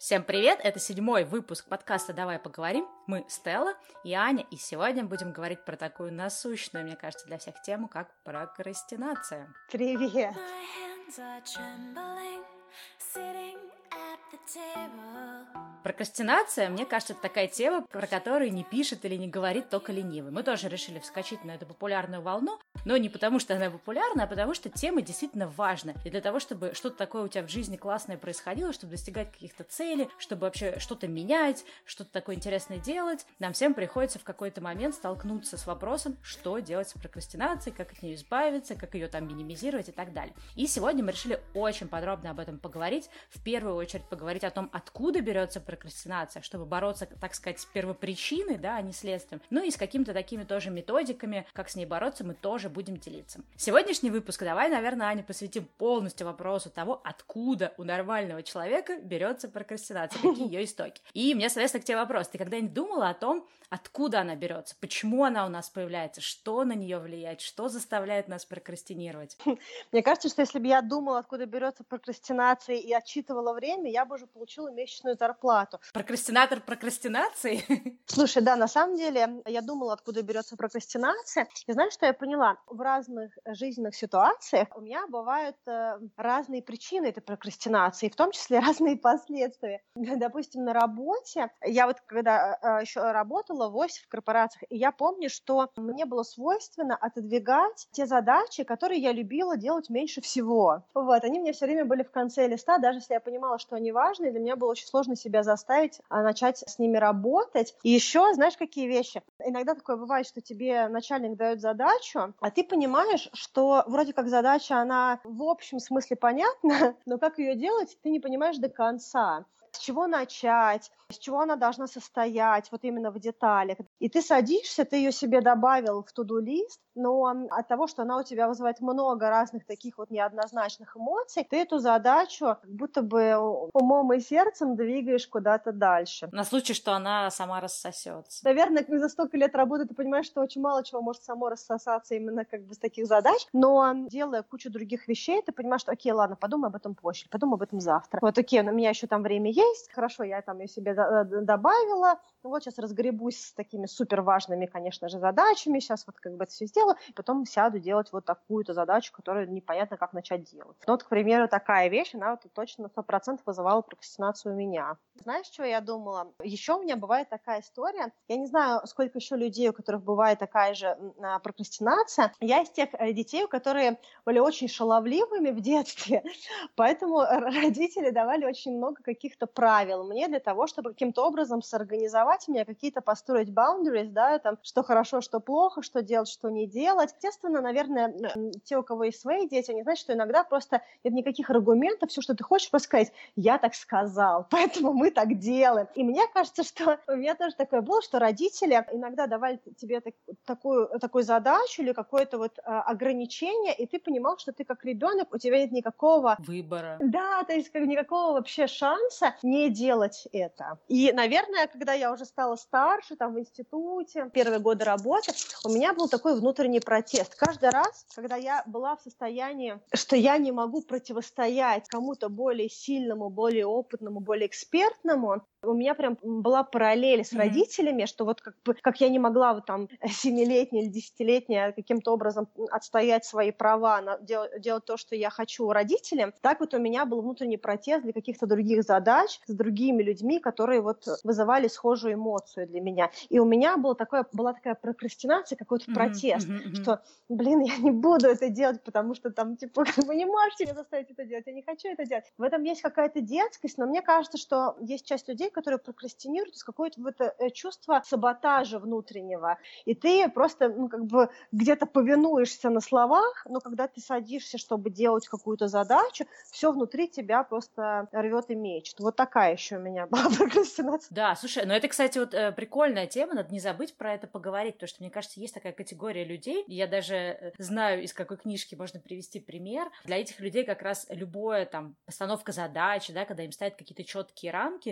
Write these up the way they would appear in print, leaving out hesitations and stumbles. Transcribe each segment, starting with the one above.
Всем привет! Это 7-й выпуск подкаста «Давай поговорим». Мы Стелла и Аня, и сегодня будем говорить про такую насущную, мне кажется, для всех тему, как прокрастинация. Привет! Прокрастинация, мне кажется, это такая тема, про которую не пишет или не говорит только ленивый. Мы тоже решили вскочить на эту популярную волну, но не потому, что она популярна, а потому, что тема действительно важна. И для того, чтобы что-то такое у тебя в жизни классное происходило, чтобы достигать каких-то целей, чтобы вообще что-то менять, что-то такое интересное делать, нам всем приходится в какой-то момент столкнуться с вопросом, что делать с прокрастинацией, как от нее избавиться, как ее там минимизировать и так далее. И сегодня мы решили очень подробно об этом поговорить. В первую очередь поговорить о том, откуда берется прокрастинация, чтобы бороться, так сказать, с первопричиной, да, а не следствием. Ну и с какими-то такими тоже методиками, как с ней бороться, мы тоже будем делиться. Сегодняшний выпуск давай, наверное, Аня, посвятим полностью вопросу того, откуда у нормального человека берется прокрастинация, какие ее истоки. И мне, соответственно, к тебе вопрос. Ты когда-нибудь думала о том, откуда она берется, почему она у нас появляется, что на нее влияет, что заставляет нас прокрастинировать? Мне кажется, что если бы я думала, откуда берется прокрастинация и отчитывала время, я бы уже получила месячную зарплату. Прокрастинатор прокрастинации? Слушай, да, на самом деле я думала, откуда берется прокрастинация. И знаешь, что я поняла? В разных жизненных ситуациях у меня бывают разные причины этой прокрастинации, в том числе разные последствия. Допустим, на работе, я вот когда еще работала в офисе, в корпорациях, и я помню, что мне было свойственно отодвигать те задачи, которые я любила делать меньше всего. Вот, они мне все время были в конце листа, даже если я понимала, что они важны, для меня было очень сложно себя заставить начать с ними работать. И еще, знаешь, какие вещи? Иногда такое бывает, что тебе начальник дает задачу, а ты понимаешь, что вроде как задача, она в общем смысле понятна, но как ее делать, ты не понимаешь до конца. С чего начать, из чего она должна состоять, вот именно в деталях. И ты садишься, ты ее себе добавил в to-do-лист, но от того, что она у тебя вызывает много разных таких вот неоднозначных эмоций, ты эту задачу как будто бы умом и сердцем двигаешь куда-то дальше. На случай, что она сама рассосется. Наверное, за столько лет работы ты понимаешь, что очень мало чего может само рассосаться именно как бы с таких задач, но делая кучу других вещей, ты понимаешь, что окей, ладно, подумай об этом позже, подумай об этом завтра. Вот окей, у меня еще там время есть, хорошо, я там ее себе добавила, вот сейчас разгребусь с такими супер важными, конечно же, задачами, сейчас вот как бы это все сделаю, потом сяду делать вот такую-то задачу, которую непонятно, как начать делать. Ну, вот, к примеру, такая вещь, она вот точно 100% вызывала прокрастинацию у меня. Знаешь, что я думала? Еще у меня бывает такая история, я не знаю, сколько еще людей, у которых бывает такая же прокрастинация. Я из тех детей, которые были очень шаловливыми в детстве, поэтому родители давали очень много каких-то правил мне для того, чтобы каким-то образом сорганизовать меня, какие-то построить boundaries, да, там, что хорошо, что плохо, что делать, что не делать. Естественно, наверное, те, у кого есть свои дети, они знают, что иногда просто нет никаких аргументов, все, что ты хочешь, просто сказать, я так сказал, поэтому мы так делаем. И мне кажется, что у меня тоже такое было, что родители иногда давали тебе такую задачу или какое-то вот ограничение, и ты понимал, что ты как ребенок, у тебя нет никакого выбора. Да, то есть как никакого вообще шанса не делать это. И, наверное, когда я уже стала старше, там в институте, первые годы работы, у меня был такой внутренний протест. Каждый раз, когда я была в состоянии, что я не могу противостоять кому-то более сильному, более опытному, более экспертному, у меня прям была параллель с родителями, что вот как я не могла вот там 7-летняя или 10-летняя каким-то образом отстоять свои права, делать то, что я хочу родителям, так вот у меня был внутренний протест для каких-то других задач с другими людьми, которые вот вызывали схожую эмоцию для меня. И у меня была такая прокрастинация, какой-то протест, что, блин, я не буду это делать, потому что там, типа, вы не можете меня заставить это делать, я не хочу это делать. В этом есть какая-то детскость, но мне кажется, что есть часть людей, которые прокрастинируют из какое-то вот чувство саботажа внутреннего. И ты просто, ну, как бы где-то повинуешься на словах, но когда ты садишься, чтобы делать какую-то задачу, все внутри тебя просто рвет и мечет. Вот такая еще у меня была прокрастинация. Да, слушай, ну это, кстати, вот прикольная тема, надо не забыть про это поговорить, потому что, мне кажется, есть такая категория людей, и я даже знаю, из какой книжки можно привести пример. Для этих людей как раз любое там постановка задачи, да, когда им ставят какие-то четкие рамки, не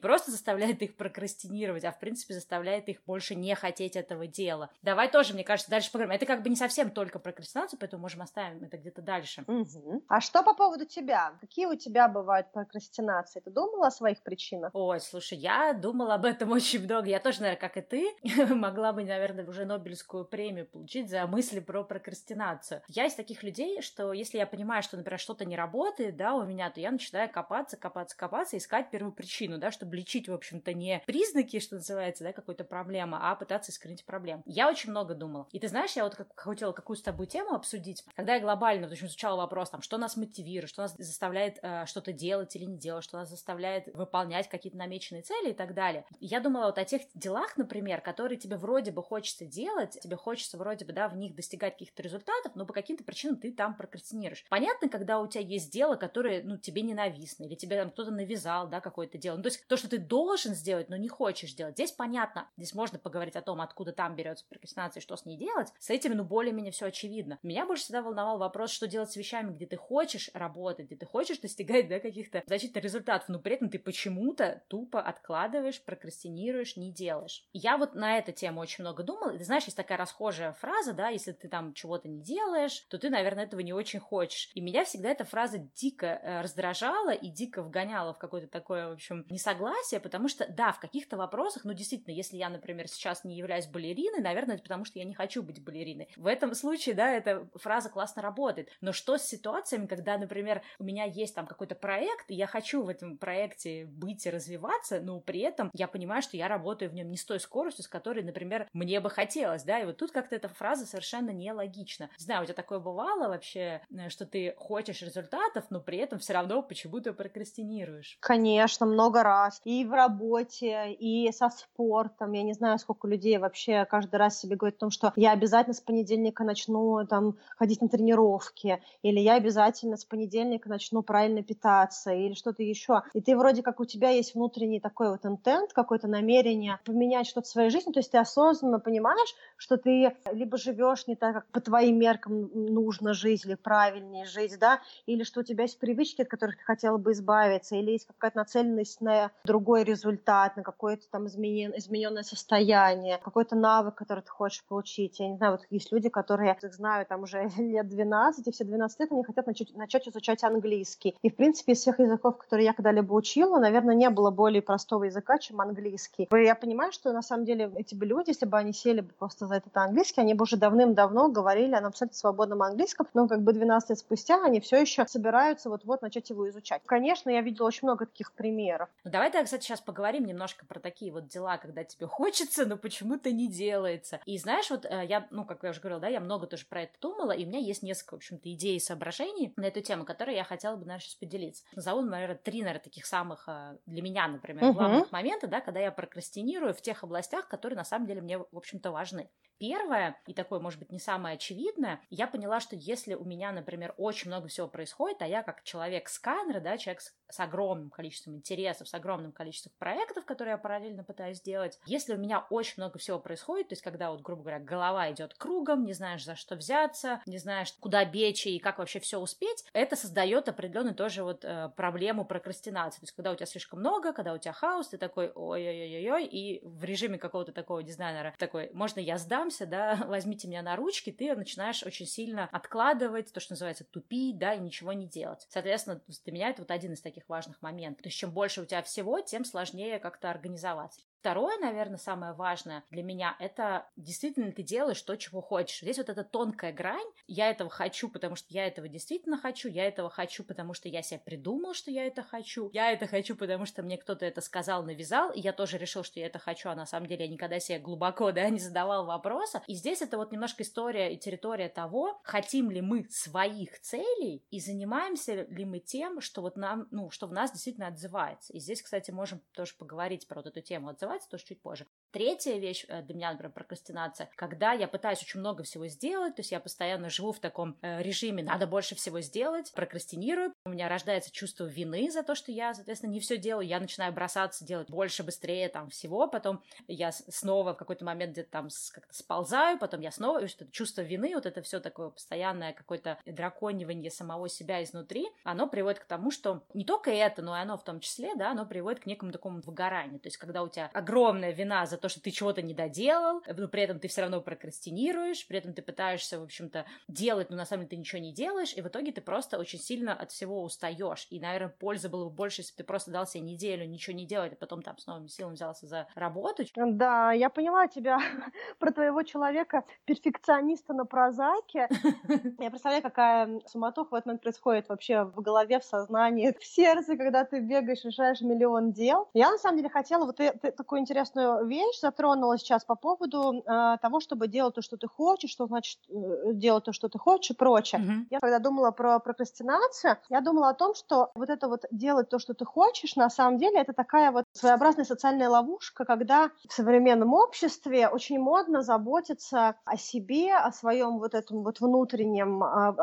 просто заставляет их прокрастинировать, а в принципе заставляет их больше не хотеть этого дела. Давай тоже, мне кажется, дальше поговорим. Это как бы не совсем только прокрастинация, поэтому можем оставим это где-то дальше. Угу. А что по поводу тебя? Какие у тебя бывают прокрастинации? Ты думала о своих причинах? Ой, слушай, я думала об этом очень много. Я тоже, наверное, как и ты, могла бы, наверное, уже Нобелевскую премию получить за мысли про прокрастинацию. Я из таких людей, что если я понимаю, что, например, что-то не работает, да, у меня, то я начинаю копаться, искать первую причину, да, чтобы лечить, в общем-то, не признаки, что называется, да, какой-то проблемы, а пытаться искоренить проблему. Я очень много думала. И ты знаешь, я вот хотела какую с тобой тему обсудить, когда я глобально, в общем, изучала вопрос, там, что нас мотивирует, что нас заставляет что-то делать или не делать, что нас заставляет выполнять какие-то намеченные цели и так далее. Я думала вот о тех делах, например, которые тебе вроде бы хочется делать, тебе хочется вроде бы, да, в них достигать каких-то результатов, но по каким-то причинам ты там прокрастинируешь. Понятно, когда у тебя есть дело, которое, ну, тебе ненавистно, или тебе там кто-то навязал, да, какое-то дело. Ну, то есть то, что ты должен сделать, но не хочешь делать. Здесь понятно, здесь можно поговорить о том, откуда там берется прокрастинация и что с ней делать. С этим, ну, более-менее все очевидно. Меня больше всегда волновал вопрос, что делать с вещами, где ты хочешь работать, где ты хочешь достигать, да, каких-то значительных результатов, но при этом ты почему-то тупо откладываешь, прокрастинируешь, не делаешь. Я вот на эту тему очень много думала. И ты знаешь, есть такая расхожая фраза, да, если ты там чего-то не делаешь, то ты, наверное, этого не очень хочешь. И меня всегда эта фраза дико раздражала и дико вгоняла в какое-то такое, в общем, несогласие, потому что, да, в каких-то вопросах, ну, действительно, если я, например, сейчас не являюсь балериной, наверное, это потому, что я не хочу быть балериной. В этом случае, да, эта фраза классно работает. Но что с ситуациями, когда, например, у меня есть там какой-то проект, и я хочу в этом проекте быть и развиваться, но при этом я понимаю, что я работаю в нем не с той скоростью, с которой, например, мне бы хотелось, да, и вот тут как-то эта фраза совершенно нелогична. Не знаю, у тебя такое бывало вообще, что ты хочешь результатов, но при этом все равно почему-то прокрастинируешь? Конечно, много раз. И в работе, и со спортом. Я не знаю, сколько людей вообще каждый раз себе говорит о том, что я обязательно с понедельника начну там ходить на тренировки, или я обязательно с понедельника начну правильно питаться, или что-то еще. И ты вроде как у тебя есть внутренний такой вот интент, какое-то намерение поменять что-то в своей жизни, то есть ты осознанно понимаешь, что ты либо живешь не так, как по твоим меркам нужно жить, или правильнее жить, да, или что у тебя есть привычки, от которых ты хотела бы избавиться, или есть какая-то нацеленность на другой результат, на какое-то там измененное состояние, какой-то навык, который ты хочешь получить. Я не знаю, вот есть люди, которые, я их знаю, там уже лет 12, и все 12 лет они хотят начать изучать английский. И, в принципе, из всех языков, которые я когда-либо учила, наверное, не было более простого языка, чем английский. Я понимаю, что на самом деле эти бы люди, если бы они сели бы просто за этот английский, они бы уже давным-давно говорили о абсолютно свободном английском, но как бы 12 лет спустя они все еще собираются вот-вот начать его изучать. Конечно, я видела очень много таких примеров. Ну, давай тогда, кстати, сейчас поговорим немножко про такие вот дела, когда тебе хочется, но почему-то не делается. И знаешь, вот я, ну, как я уже говорила, да, я много тоже про это думала, и у меня есть несколько, в общем-то, идей и соображений на эту тему, которые я хотела бы, наверное, сейчас поделиться. Назову, наверное, 3, таких самых для меня, например, главных момента, да, когда я прокрастинирую в тех областях, которые на самом деле мне, в общем-то, важны. Первое, и такое, может быть, не самое очевидное, я поняла, что если у меня, например, очень много всего происходит, а я как человек-сканер, да, человек с огромным количеством интересов, с огромным количеством проектов, которые я параллельно пытаюсь делать, если у меня очень много всего происходит, то есть когда, вот, грубо говоря, голова идет кругом, не знаешь, за что взяться, не знаешь, куда бечь и как вообще все успеть, это создает определенную тоже вот проблему прокрастинации. То есть когда у тебя слишком много, когда у тебя хаос, ты такой ой-ой-ой-ой, и в режиме какого-то такого, не знаю, наверное, такой, можно я сдам, да, возьмите меня на ручки, ты начинаешь очень сильно откладывать, то, что называется, тупить, да, и ничего не делать. Соответственно, для меня это вот один из таких важных моментов. То есть, чем больше у тебя всего, тем сложнее как-то организоваться. Второе, наверное, самое важное для меня, это действительно ты делаешь то, чего хочешь. Здесь вот эта тонкая грань. Я этого хочу, потому что я этого действительно хочу. Я этого хочу, потому что я себе придумал, что я это хочу. Я это хочу, потому что мне кто-то это сказал, навязал, и я тоже решил, что я это хочу, а на самом деле я никогда себе глубоко, да, не задавал вопроса. И здесь это вот немножко история и территория того, хотим ли мы своих целей и занимаемся ли мы тем, что вот нам, ну, что в нас действительно отзывается. И здесь, кстати, можем тоже поговорить про вот эту тему отзывается оставаться тоже чуть позже. Третья вещь для меня, например, прокрастинация, когда я пытаюсь очень много всего сделать, то есть я постоянно живу в таком режиме «надо больше всего сделать», прокрастинирую, у меня рождается чувство вины за то, что я, соответственно, не все делаю, я начинаю бросаться делать больше, быстрее там всего, потом я снова в какой-то момент где-то там как-то сползаю, потом я снова, и что-то чувство вины, вот это все такое постоянное какое-то драконивание самого себя изнутри, оно приводит к тому, что не только это, но и оно в том числе, да, оно приводит к некому такому выгоранию, то есть когда у тебя огромная вина за то, что ты чего-то не доделал, но при этом ты все равно прокрастинируешь, при этом ты пытаешься, в общем-то, делать, но на самом деле ты ничего не делаешь, и в итоге ты просто очень сильно от всего устаешь. И, наверное, пользы было бы больше, если бы ты просто дал себе неделю ничего не делать, а потом там с новыми силами взялся за работу. Да, я поняла тебя про твоего человека, перфекциониста на прозаке. Я представляю, какая суматоха в этот момент происходит вообще в голове, в сознании, в сердце, когда ты бегаешь, решаешь миллион дел. Я, на самом деле, хотела, вот ты такую интересную вещь затронула сейчас по поводу того, чтобы делать то, что ты хочешь, что значит делать то, что ты хочешь и прочее. Я когда думала про прокрастинацию, я думала о том, что вот это вот делать то, что ты хочешь, на самом деле это такая вот своеобразная социальная ловушка, когда в современном обществе очень модно заботиться о себе, о своем вот этом вот внутреннем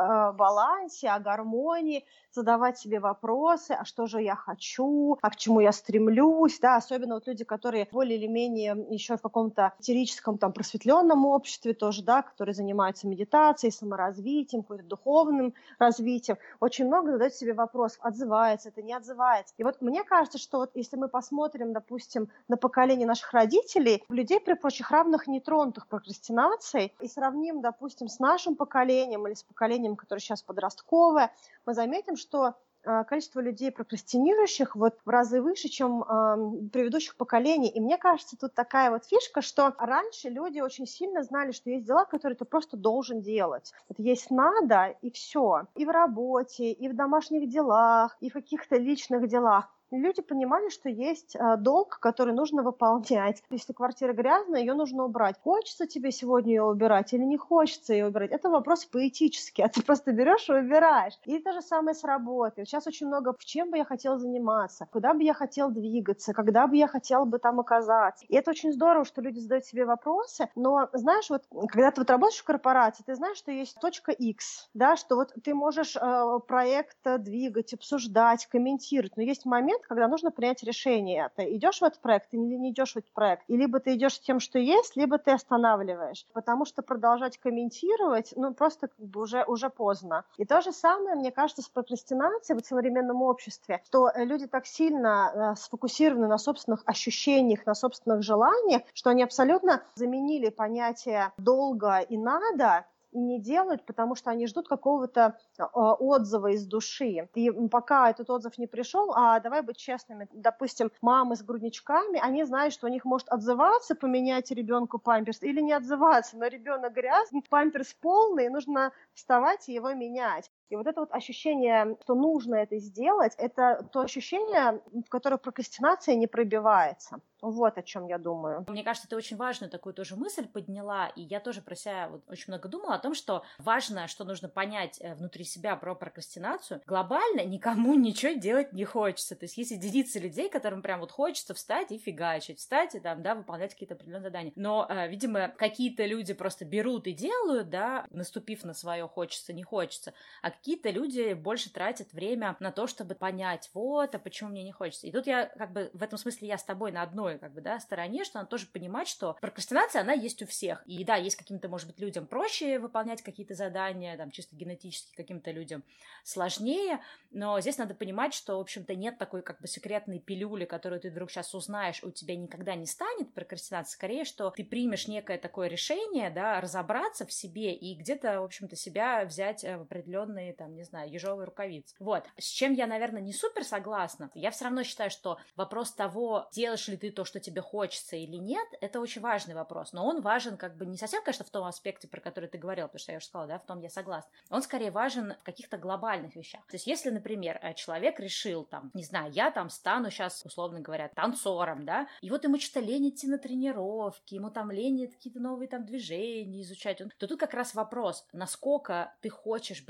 балансе, о гармонии, задавать себе вопросы, а что же я хочу, а к чему я стремлюсь, да, особенно вот люди, которые более или менее еще в каком-то этерическом, там, просветленном обществе тоже, да, которые занимаются медитацией, саморазвитием, каким-то духовным развитием, очень много задают себе вопросов, отзывается это, не отзывается. И вот мне кажется, что вот если мы посмотрим, допустим, на поколение наших родителей, людей при прочих равных не тронутых прокрастинацией, и сравним, допустим, с нашим поколением или с поколением, которое сейчас подростковое, мы заметим, что количество людей прокрастинирующих вот в разы выше, чем предыдущих поколений. И мне кажется, тут такая вот фишка, что раньше люди очень сильно знали, что есть дела, которые ты просто должен делать. Это есть надо, и все. И в работе, и в домашних делах, и в каких-то личных делах. Люди понимали, что есть долг, который нужно выполнять. Если квартира грязная, ее нужно убрать. Хочется тебе сегодня ее убирать или не хочется ее убирать? Это вопрос поэтический, а ты просто берешь и убираешь. И то же самое с работой. Сейчас очень много, в чем бы я хотела заниматься, куда бы я хотела двигаться, когда бы я хотела бы там оказаться. И это очень здорово, что люди задают себе вопросы, но знаешь, вот когда ты вот работаешь в корпорации, ты знаешь, что есть точка X, да, что вот ты можешь проект двигать, обсуждать, комментировать, но есть момент, когда нужно принять решение. Ты идешь в этот проект или не идешь в этот проект. И либо ты идешь с тем, что есть, либо ты останавливаешь. Потому что продолжать комментировать, ну, просто как бы уже поздно. И то же самое, мне кажется, с прокрастинацией в современном обществе, что люди так сильно сфокусированы на собственных ощущениях, на собственных желаниях, что они абсолютно заменили понятие «долго» и «надо», и не делают, потому что они ждут какого-то отзыва из души. И пока этот отзыв не пришел, давай быть честными, допустим, мамы с грудничками, они знают, что у них может отзываться, поменять ребенку памперс, или не отзываться, но ребенок грязный, памперс полный, нужно вставать и его менять. И вот это вот ощущение, что нужно это сделать, это то ощущение, в которое прокрастинация не пробивается. Вот о чем я думаю. Мне кажется, ты очень важную такую тоже мысль подняла, и я тоже про себя вот очень много думала о том, что важно, что нужно понять внутри себя про прокрастинацию. Глобально никому ничего делать не хочется. То есть есть единицы людей, которым прям вот хочется встать и фигачить, встать и там, да, выполнять какие-то определенные задания. Но, видимо, какие-то люди просто берут и делают, да, наступив на свое хочется, не хочется, а какие-то люди больше тратят время на то, чтобы понять, вот, а почему мне не хочется. И тут я, как бы, в этом смысле я с тобой на одной, как бы, да, стороне, что надо тоже понимать, что прокрастинация, она есть у всех. И да, есть каким-то, может быть, людям проще выполнять какие-то задания, там, чисто генетически каким-то людям сложнее, но здесь надо понимать, что, в общем-то, нет такой, как бы, секретной пилюли, которую ты вдруг сейчас узнаешь, у тебя никогда не станет прокрастинация, скорее, что ты примешь некое такое решение, да, разобраться в себе и где-то, в общем-то, себя взять в определенные, там, не знаю, ежовые рукавицы. Вот. С чем я, наверное, не супер согласна. Я все равно считаю, что вопрос того, делаешь ли ты то, что тебе хочется или нет, это очень важный вопрос. Но он важен, как бы, не совсем, конечно, в том аспекте, про который ты говорил, потому что я уже сказала, да, в том я согласна. Он скорее важен в каких-то глобальных вещах. То есть, если, например, человек решил, там, не знаю, я там стану сейчас, условно говоря, танцором, да, и вот ему что-то лень идти на тренировки, ему там лень какие-то новые там движения изучать, то тут как раз вопрос, насколько ты хочешь быть танцором.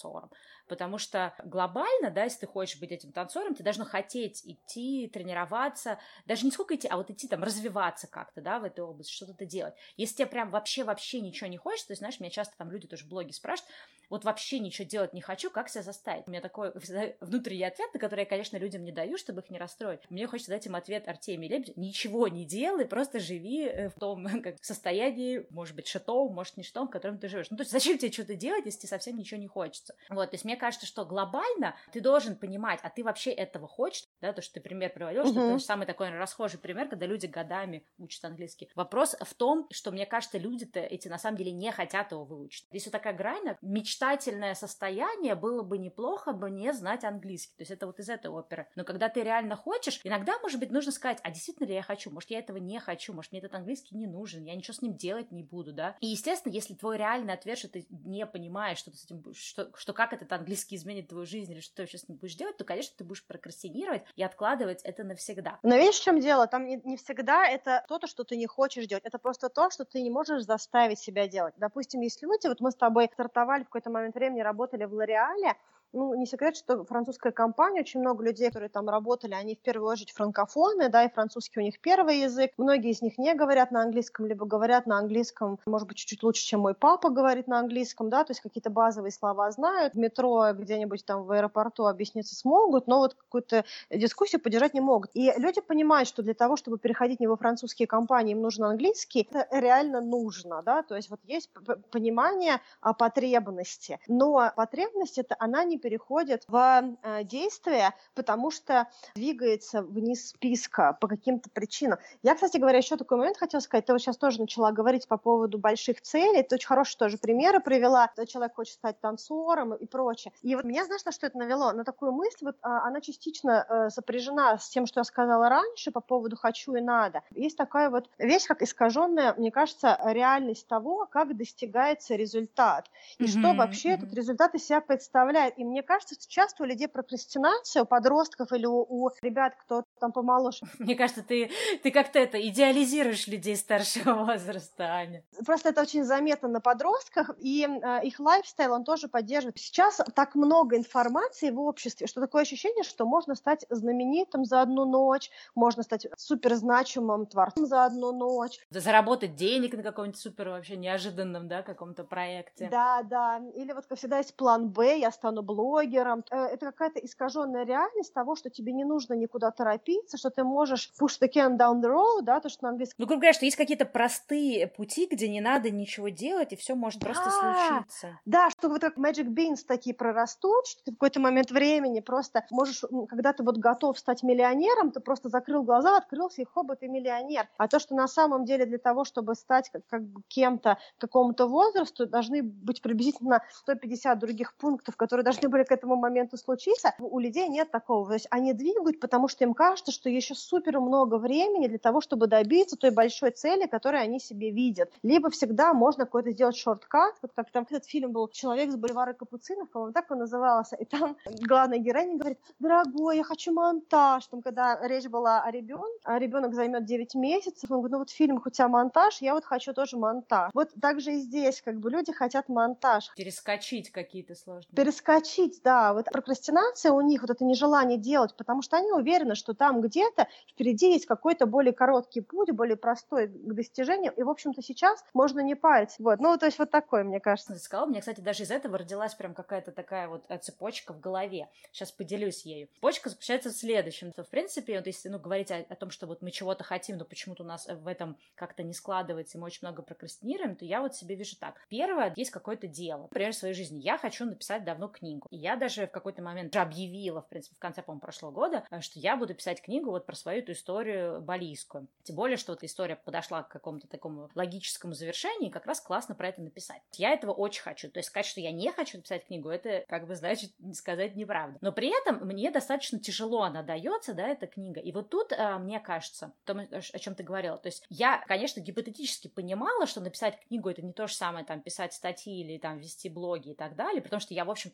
танцором. Потому что глобально, да, если ты хочешь быть этим танцором, ты должен хотеть идти, тренироваться, даже не сколько идти, а вот идти там, развиваться как-то, да, в этой области, что-то делать. Если тебе прям вообще ничего не хочется, то есть, знаешь, меня часто там люди тоже в блоге спрашивают, вот вообще ничего делать не хочу, как себя заставить? У меня такой внутренний ответ, на который я, конечно, людям не даю, чтобы их не расстроить. Мне хочется дать им ответ Артемия Лебедева: ничего не делай, просто живи в том состоянии, может быть, шитом, может, не шитом, в котором ты живешь. Ну, то есть зачем тебе что-то делать, если тебе совсем ничего не хочется? Вот, то есть мне кажется, что глобально ты должен понимать, а ты вообще этого хочешь, да, то, что ты пример приводил, что это самый такой расхожий пример, когда люди годами учат английский. Вопрос в том, что, мне кажется, люди-то эти на самом деле не хотят его выучить. Здесь вот такая грань, мечтательное состояние, было бы неплохо бы не знать английский, то есть это вот из этой оперы. Но когда ты реально хочешь, иногда, может быть, нужно сказать, а действительно ли я хочу, может, я этого не хочу, может, мне этот английский не нужен, я ничего с ним делать не буду, да. И, естественно, если твой реальный ответ, что ты не понимаешь, что ты с этим, что как этот английский изменит твою жизнь или что ты вообще с ним будешь делать, то, конечно, ты будешь прокрастинировать и откладывать это навсегда. Но видишь, в чем дело? Там не всегда это то, что ты не хочешь делать. Это просто то, что ты не можешь заставить себя делать. Допустим, есть люди, вот мы с тобой стартовали в какой-то момент времени, работали в Лореале. Ну, не секрет, что французская компания, очень много людей, которые там работали, они в первую очередь франкофоны, да, и французский у них первый язык. Многие из них не говорят на английском, либо говорят на английском, может быть, чуть-чуть лучше, чем мой папа говорит на английском, да, то есть какие-то базовые слова знают. В метро где-нибудь там в аэропорту объясниться смогут, но вот какую-то дискуссию поддержать не могут. И люди понимают, что для того, чтобы переходить не во французские компании, им нужен английский, это реально нужно, да, то есть вот есть понимание о потребности, но потребность это она не переходит в действие, потому что двигается вниз списка по каким-то причинам. Я, кстати говоря, еще такой момент хотела сказать. Ты вот сейчас тоже начала говорить по поводу больших целей. Ты очень хорошие тоже примеры привела. Человек хочет стать танцором и прочее. И вот меня, знаешь, на что это навело? На такую мысль, вот она частично сопряжена с тем, что я сказала раньше по поводу «хочу» и «надо». Есть такая вот вещь, как искаженная, мне кажется, реальность того, как достигается результат. И что вообще этот результат из себя представляет. И мне кажется, что часто у людей прокрастинация, у подростков или у ребят, кто там помоложе. Мне кажется, ты как-то идеализируешь людей старшего возраста, Аня. Просто это очень заметно на подростках, и их лайфстайл он тоже поддерживает. Сейчас так много информации в обществе, что такое ощущение, что можно стать знаменитым за одну ночь, можно стать суперзначимым творцом за одну ночь. Заработать денег на каком-нибудь супер вообще неожиданном, да, каком-то проекте. Да. Или вот как всегда есть план Б, я стану блогером. Это какая-то искаженная реальность того, что тебе не нужно никуда торопиться, что ты можешь push the can down the road, да, то, что на английском. Ну, грубо говоря, что есть какие-то простые пути, где не надо ничего делать, и все может просто случиться. Да, что вот как Magic Beans такие прорастут, что ты в какой-то момент времени просто можешь, когда ты вот готов стать миллионером, ты просто закрыл глаза, открылся, и хоба, ты миллионер. А то, что на самом деле для того, чтобы стать как бы кем-то к какому-то возрасту, должны быть приблизительно 150 других пунктов, которые должны были к этому моменту случиться, у людей нет такого. То есть они двигают, потому что им кажется, что еще супер много времени для того, чтобы добиться той большой цели, которую они себе видят. Либо всегда можно какой-то сделать шорткат, вот как там этот фильм был «Человек с бульвара Капуцинов», по-моему, так он назывался, и там главная героиня говорит: дорогой, я хочу монтаж. Там, когда речь была о ребенок займет 9 месяцев, он говорит: ну вот в фильмах у тебя монтаж, я вот хочу тоже монтаж. Вот так же и здесь, как бы люди хотят монтаж. Перескочить какие-то сложности. Перескочить, да. Вот прокрастинация у них, вот это нежелание делать, потому что они уверены, что там где-то впереди есть какой-то более короткий путь, более простой к достижению, и, в общем-то, сейчас можно не парить. Вот. Ну, то есть вот такое, мне кажется. Ты сказала, у меня, кстати, даже из этого родилась прям какая-то такая вот цепочка в голове. Сейчас поделюсь ею. Цепочка заключается в следующем. В принципе, вот если говорить о том, что вот мы чего-то хотим, но почему-то у нас в этом как-то не складывается, и мы очень много прокрастинируем, то я вот себе вижу так. Первое, есть какое-то дело. Например, в своей жизни. Я хочу написать давно книгу. И я даже в какой-то момент объявила, в принципе, в конце, по-моему, прошлого года, что я буду писать книгу вот про свою эту историю балийскую. Тем более, что вот история подошла к какому-то такому логическому завершению, и как раз классно про это написать. Я этого очень хочу. То есть сказать, что я не хочу написать книгу, это как бы значит сказать неправду. Но при этом мне достаточно тяжело она дается, да, эта книга. И вот тут, мне кажется, о чем ты говорила. То есть я, конечно, гипотетически понимала, что написать книгу — это не то же самое, там, писать статьи или там вести блоги и так далее, потому что я, в общем-то, человек, который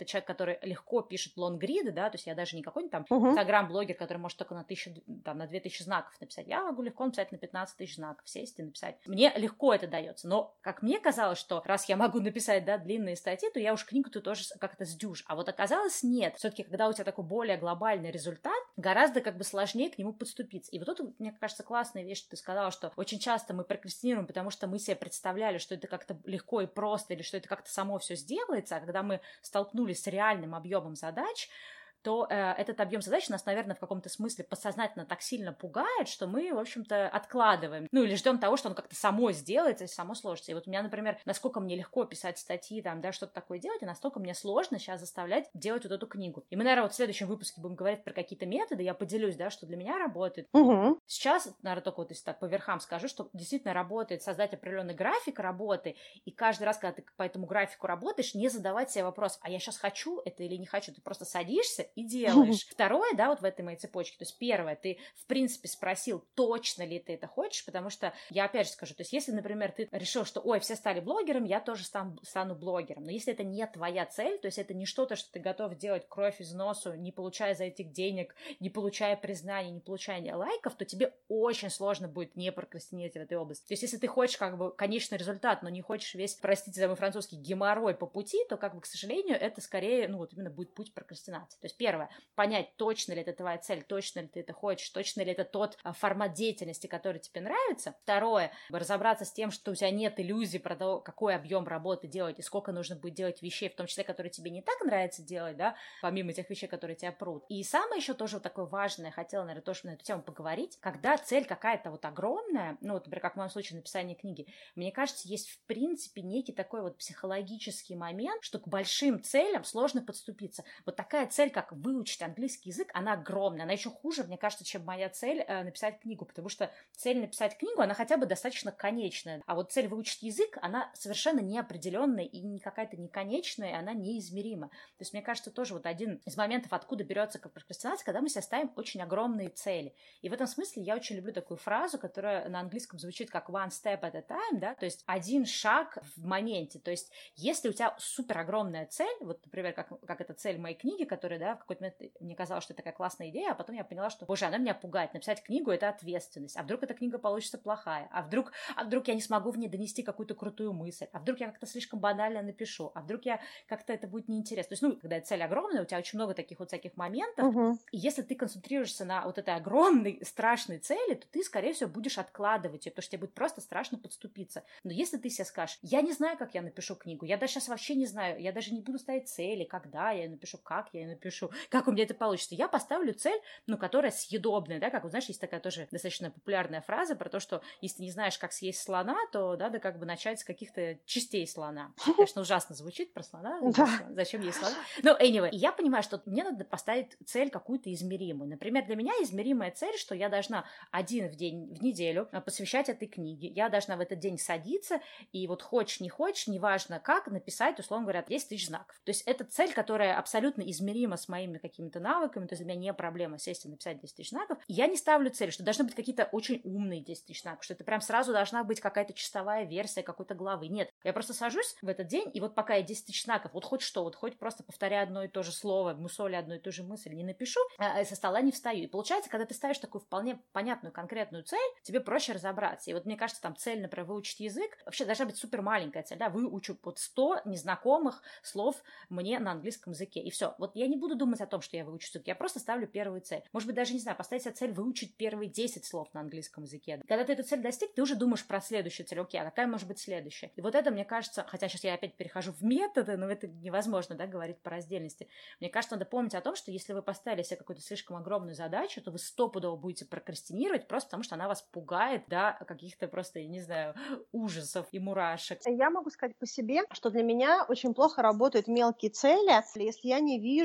который легко пишет лонгриды, да, то есть я даже не какой-нибудь там инстаграм-блогер, который может только на 1000, там, на 2000 знаков написать. Я могу легко написать на 15 тысяч знаков, сесть и написать. Мне легко это дается, но как мне казалось, что раз я могу написать, да, длинные статьи, то я уж книгу-то тоже как-то сдюжь. А вот оказалось, нет. Все-таки, когда у тебя такой более глобальный результат, гораздо как бы сложнее к нему подступиться. И вот тут, мне кажется, классная вещь, что ты сказала, что очень часто мы прокрастинируем, потому что мы себе представляли, что это как-то легко и просто, или что это как-то само все сделается, а когда мы столкнулись с реальным объемом задач, то этот объем задач нас, наверное, в каком-то смысле подсознательно так сильно пугает, что мы, в общем-то, откладываем. Ну, или ждем того, что оно как-то само сделается и само сложится. И вот у меня, например, насколько мне легко писать статьи, там, да, что-то такое делать, и настолько мне сложно сейчас заставлять делать вот эту книгу. И мы, наверное, вот в следующем выпуске будем говорить про какие-то методы, я поделюсь, да, что для меня работает. Сейчас, наверное, только вот если так по верхам скажу, что действительно работает создать определенный график работы, и каждый раз, когда ты по этому графику работаешь, не задавать себе вопрос, а я сейчас хочу это или не хочу, ты просто садишься и делаешь. Второе, да, вот в этой моей цепочке, то есть первое, ты, в принципе, спросил, точно ли ты это хочешь, потому что я опять же скажу, то есть если, например, ты решил, что, ой, все стали блогером, я тоже стану блогером, но если это не твоя цель, то есть это не что-то, что ты готов делать кровь из носу, не получая за этих денег, не получая признания, не получая лайков, то тебе очень сложно будет не прокрастинировать в этой области. То есть если ты хочешь как бы конечный результат, но не хочешь весь, простите за мой французский, геморрой по пути, то как бы, к сожалению, это скорее, ну вот именно будет путь прокрастинации. То есть первое, понять, точно ли это твоя цель, точно ли ты это хочешь, точно ли это тот формат деятельности, который тебе нравится. Второе, разобраться с тем, что у тебя нет иллюзий про то, какой объем работы делать и сколько нужно будет делать вещей, в том числе, которые тебе не так нравится делать, да, помимо тех вещей, которые тебя прут. И самое еще тоже вот такое важное, хотела, наверное, тоже на эту тему поговорить, когда цель какая-то вот огромная, ну, вот, например, как в моем случае написание книги, мне кажется, есть, в принципе, некий такой вот психологический момент, что к большим целям сложно подступиться. Вот такая цель, как выучить английский язык, она огромная, она еще хуже, мне кажется, чем моя цель написать книгу, потому что цель написать книгу, она хотя бы достаточно конечная, а вот цель выучить язык, она совершенно неопределенная и не какая-то неконечная, и она неизмерима. То есть, мне кажется, тоже вот один из моментов, откуда берется прокрастинация, когда мы себе ставим очень огромные цели. И в этом смысле я очень люблю такую фразу, которая на английском звучит как one step at a time, да, то есть один шаг в моменте. То есть, если у тебя супер огромная цель, вот, например, как эта цель моей книги, которая, да, в какой-то момент мне казалось, что это такая классная идея, а потом я поняла, что, боже, она меня пугает. Написать книгу — это ответственность. А вдруг эта книга получится плохая? А вдруг я не смогу в ней донести какую-то крутую мысль? А вдруг я как-то слишком банально напишу? А вдруг я как-то это будет неинтересно? То есть, ну, когда цель огромная, у тебя очень много таких вот всяких моментов, и если ты концентрируешься на вот этой огромной, страшной цели, то ты, скорее всего, будешь откладывать ее, потому что тебе будет просто страшно подступиться. Но если ты себе скажешь, я не знаю, как я напишу книгу, я даже сейчас вообще не знаю, я даже не буду ставить цели, когда я ее напишу, как я ее напишу, как у меня это получится. Я поставлю цель, ну, которая съедобная, да, как, вот, знаешь, есть такая тоже достаточно популярная фраза про то, что если не знаешь, как съесть слона, то надо как бы начать с каких-то частей слона. Конечно, ужасно звучит про слона, зачем есть слона. Но anyway, и я понимаю, что мне надо поставить цель какую-то измеримую. Например, для меня измеримая цель, что я должна один в день, в неделю посвящать этой книге. Я должна в этот день садиться и вот хочешь, не хочешь, неважно как, написать, условно говоря, 10 тысяч знаков. То есть это цель, которая абсолютно измерима с моими какими-то навыками, то есть для меня не проблема сесть и написать 10 тысяч знаков. И я не ставлю цель, что должны быть какие-то очень умные 10 тысяч знаков, что это прям сразу должна быть какая-то чистовая версия какой-то главы. Нет, я просто сажусь в этот день, и вот пока я 10 тысяч знаков, вот хоть что, вот хоть просто повторяя одно и то же слово, мусоля одну и ту же мысль, не напишу, со стола не встаю. И получается, когда ты ставишь такую вполне понятную, конкретную цель, тебе проще разобраться. И вот мне кажется, там цель, например, выучить язык, вообще должна быть супер маленькая цель, да, выучу вот 100 незнакомых слов мне на английском языке, и все. Вот я не буду думать о том, что я выучу язык, я просто ставлю первую цель. Может быть, даже, не знаю, поставить себе цель выучить первые 10 слов на английском языке. Когда ты эту цель достиг, ты уже думаешь про следующую цель. Окей, а какая может быть следующая? И вот это, мне кажется, хотя сейчас я опять перехожу в методы, но это невозможно, да, говорить по раздельности. Мне кажется, надо помнить о том, что если вы поставили себе какую-то слишком огромную задачу, то вы стопудово будете прокрастинировать просто потому, что она вас пугает до каких-то просто, я не знаю, ужасов и мурашек. Я могу сказать по себе, что для меня очень плохо работают мелкие цели, если я не вижу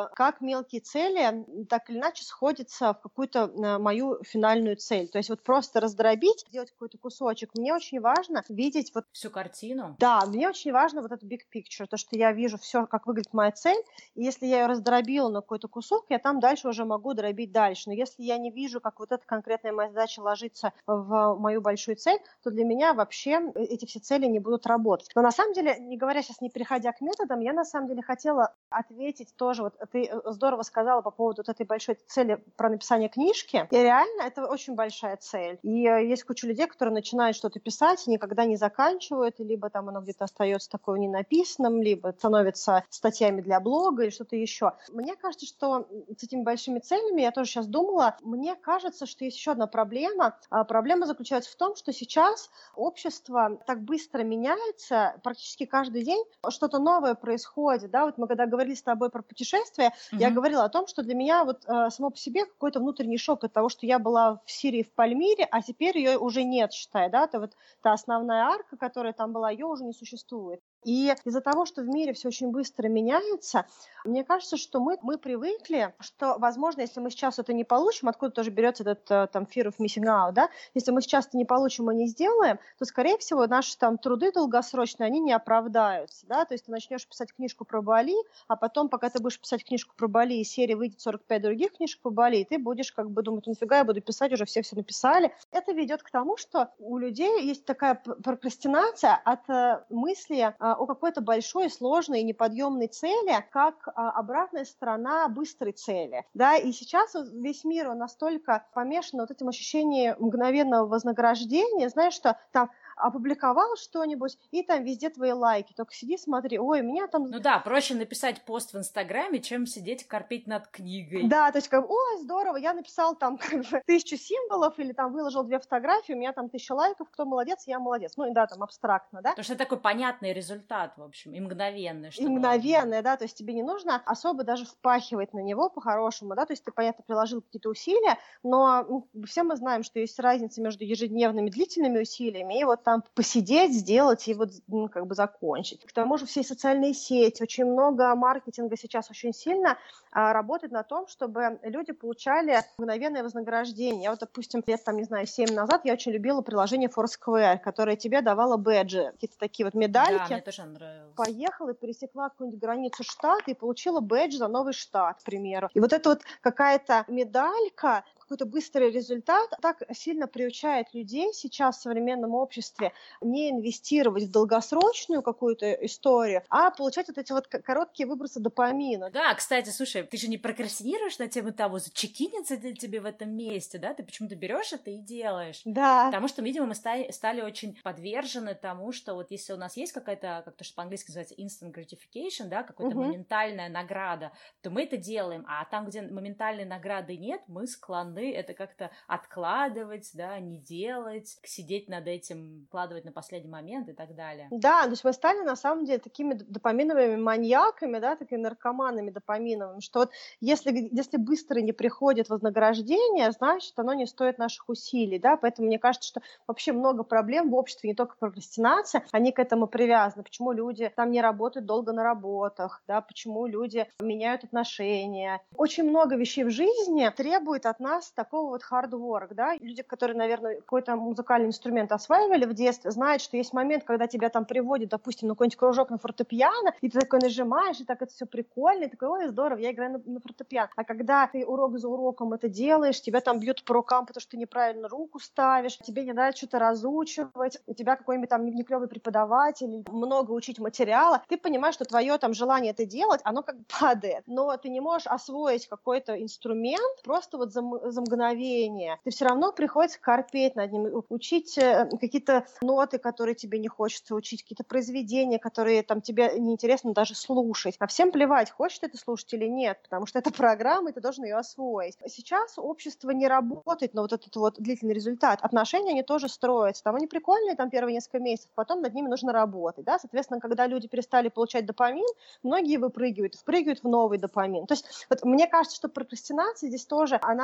как мелкие цели так или иначе сходятся в какую-то мою финальную цель. То есть вот просто раздробить, сделать какой-то кусочек. Мне очень важно видеть вот... Всю картину? Да, мне очень важно вот это big picture, то, что я вижу все, как выглядит моя цель, и если я ее раздробила на какой-то кусок, я там дальше уже могу дробить дальше. Но если я не вижу, как вот эта конкретная моя задача ложится в мою большую цель, то для меня вообще эти все цели не будут работать. Но на самом деле, не говоря сейчас, не переходя к методам, я на самом деле хотела ответить тоже, вот ты здорово сказала по поводу вот этой большой цели про написание книжки, и реально это очень большая цель. И есть куча людей, которые начинают что-то писать, никогда не заканчивают, либо там оно где-то остается такое ненаписанным, либо становится статьями для блога или что-то еще. Мне кажется, что с этими большими целями, я тоже сейчас думала, мне кажется, что есть еще одна проблема. Проблема заключается в том, что сейчас общество так быстро меняется, практически каждый день что-то новое происходит. Да? Вот мы когда говорили с тобой про путешествия, я говорила о том, что для меня вот само по себе какой-то внутренний шок от того, что я была в Сирии, в Пальмире, а теперь ее уже нет, считай, да, это вот та основная арка, которая там была, ее уже не существует. И из-за того, что в мире все очень быстро меняется, мне кажется, что мы привыкли, что, возможно, если мы сейчас это не получим, откуда тоже берется этот там fear of missing out, да, если мы сейчас это не получим и не сделаем, то, скорее всего, наши там труды долгосрочные, они не оправдаются, да, то есть ты начнешь писать книжку про Бали, а потом, пока ты будешь писать книжку про Бали, из серии выйдет 45 других книжек по Бали, и ты будешь как бы думать, нафига я буду писать, уже все написали. Это ведет к тому, что у людей есть такая прокрастинация от мысли о какой-то большой, сложной и неподъемной цели, как обратная сторона быстрой цели. Да? И сейчас весь мир он настолько помешан на вот этим ощущением мгновенного вознаграждения, знаешь, что там опубликовал что-нибудь, и там везде твои лайки. Только сиди, смотри, ой, меня там... Ну да, проще написать пост в Инстаграме, чем сидеть корпеть над книгой. Да, то есть как, ой, здорово, я написал там как бы 1000 символов или там выложил 2 фотографии, у меня там 1000 лайков, кто молодец, я молодец. Ну и да, там абстрактно, да. Потому что это такой понятный результат, в общем, и мгновенный. И мгновенный, да, то есть тебе не нужно особо даже впахивать на него по-хорошему, да, то есть ты, понятно, приложил какие-то усилия, но все мы знаем, что есть разница между ежедневными длительными усилиями и вот там посидеть, сделать и вот как бы закончить. К тому же все социальные сети, очень много маркетинга сейчас очень сильно работает на том, чтобы люди получали мгновенное вознаграждение. Я вот, допустим, лет, там, не знаю, 7 назад я очень любила приложение Foursquare, которое тебе давало бэджи, какие-то такие вот медальки. Да, мне тоже нравилось. Поехала, пересекла какую-нибудь границу штата и получила бэдж за новый штат, к примеру. И вот эта вот какая-то медалька, какой-то быстрый результат так сильно приучает людей сейчас в современном обществе не инвестировать в долгосрочную какую-то историю, а получать вот эти вот короткие выбросы допамина. Да, кстати, слушай, ты же не прокрастинируешь на тему того, зачекинется тебе в этом месте, да? Ты почему-то берешь это и делаешь. Да. Потому что, видимо, мы стали очень подвержены тому, что вот если у нас есть какая-то, как то, что по-английски называется instant gratification, да, какая-то моментальная награда, то мы это делаем, а там, где моментальной награды нет, мы склонны это как-то откладывать, да, не делать, сидеть над этим, вкладывать на последний момент и так далее. Да, то есть мы стали на самом деле такими допаминовыми маньяками, да, такими наркоманами допаминовыми, что вот если быстро не приходит вознаграждение, значит, оно не стоит наших усилий, да, поэтому мне кажется, что вообще много проблем в обществе, не только прокрастинация, они к этому привязаны, почему люди там не работают долго на работах, да, почему люди меняют отношения. Очень много вещей в жизни требует от нас такого вот hard work, да, люди, которые, наверное, какой-то музыкальный инструмент осваивали в детстве, знают, что есть момент, когда тебя там приводят, допустим, на какой-нибудь кружок на фортепиано, и ты такой нажимаешь, и так это все прикольно, и такой, ой, здорово, я играю на фортепиано. А когда ты урок за уроком это делаешь, тебя там бьют по рукам, потому что ты неправильно руку ставишь, тебе не нравится что-то разучивать, у тебя какой-нибудь там неклевый преподаватель, много учить материала, ты понимаешь, что твое там желание это делать, оно как бы падает, но ты не можешь освоить какой-то инструмент просто вот за мгновение. Ты все равно приходится корпеть над ним, учить какие-то ноты, которые тебе не хочется учить, какие-то произведения, которые там тебе неинтересно даже слушать. А всем плевать, хочешь ты это слушать или нет, потому что это программа, и ты должен ее освоить. Сейчас общество не работает на вот этот вот длительный результат. Отношения, они тоже строятся. Там они прикольные, там первые несколько месяцев, потом над ними нужно работать. Да? Соответственно, когда люди перестали получать допамин, многие впрыгивают в новый допамин. То есть вот мне кажется, что прокрастинация здесь тоже, она связана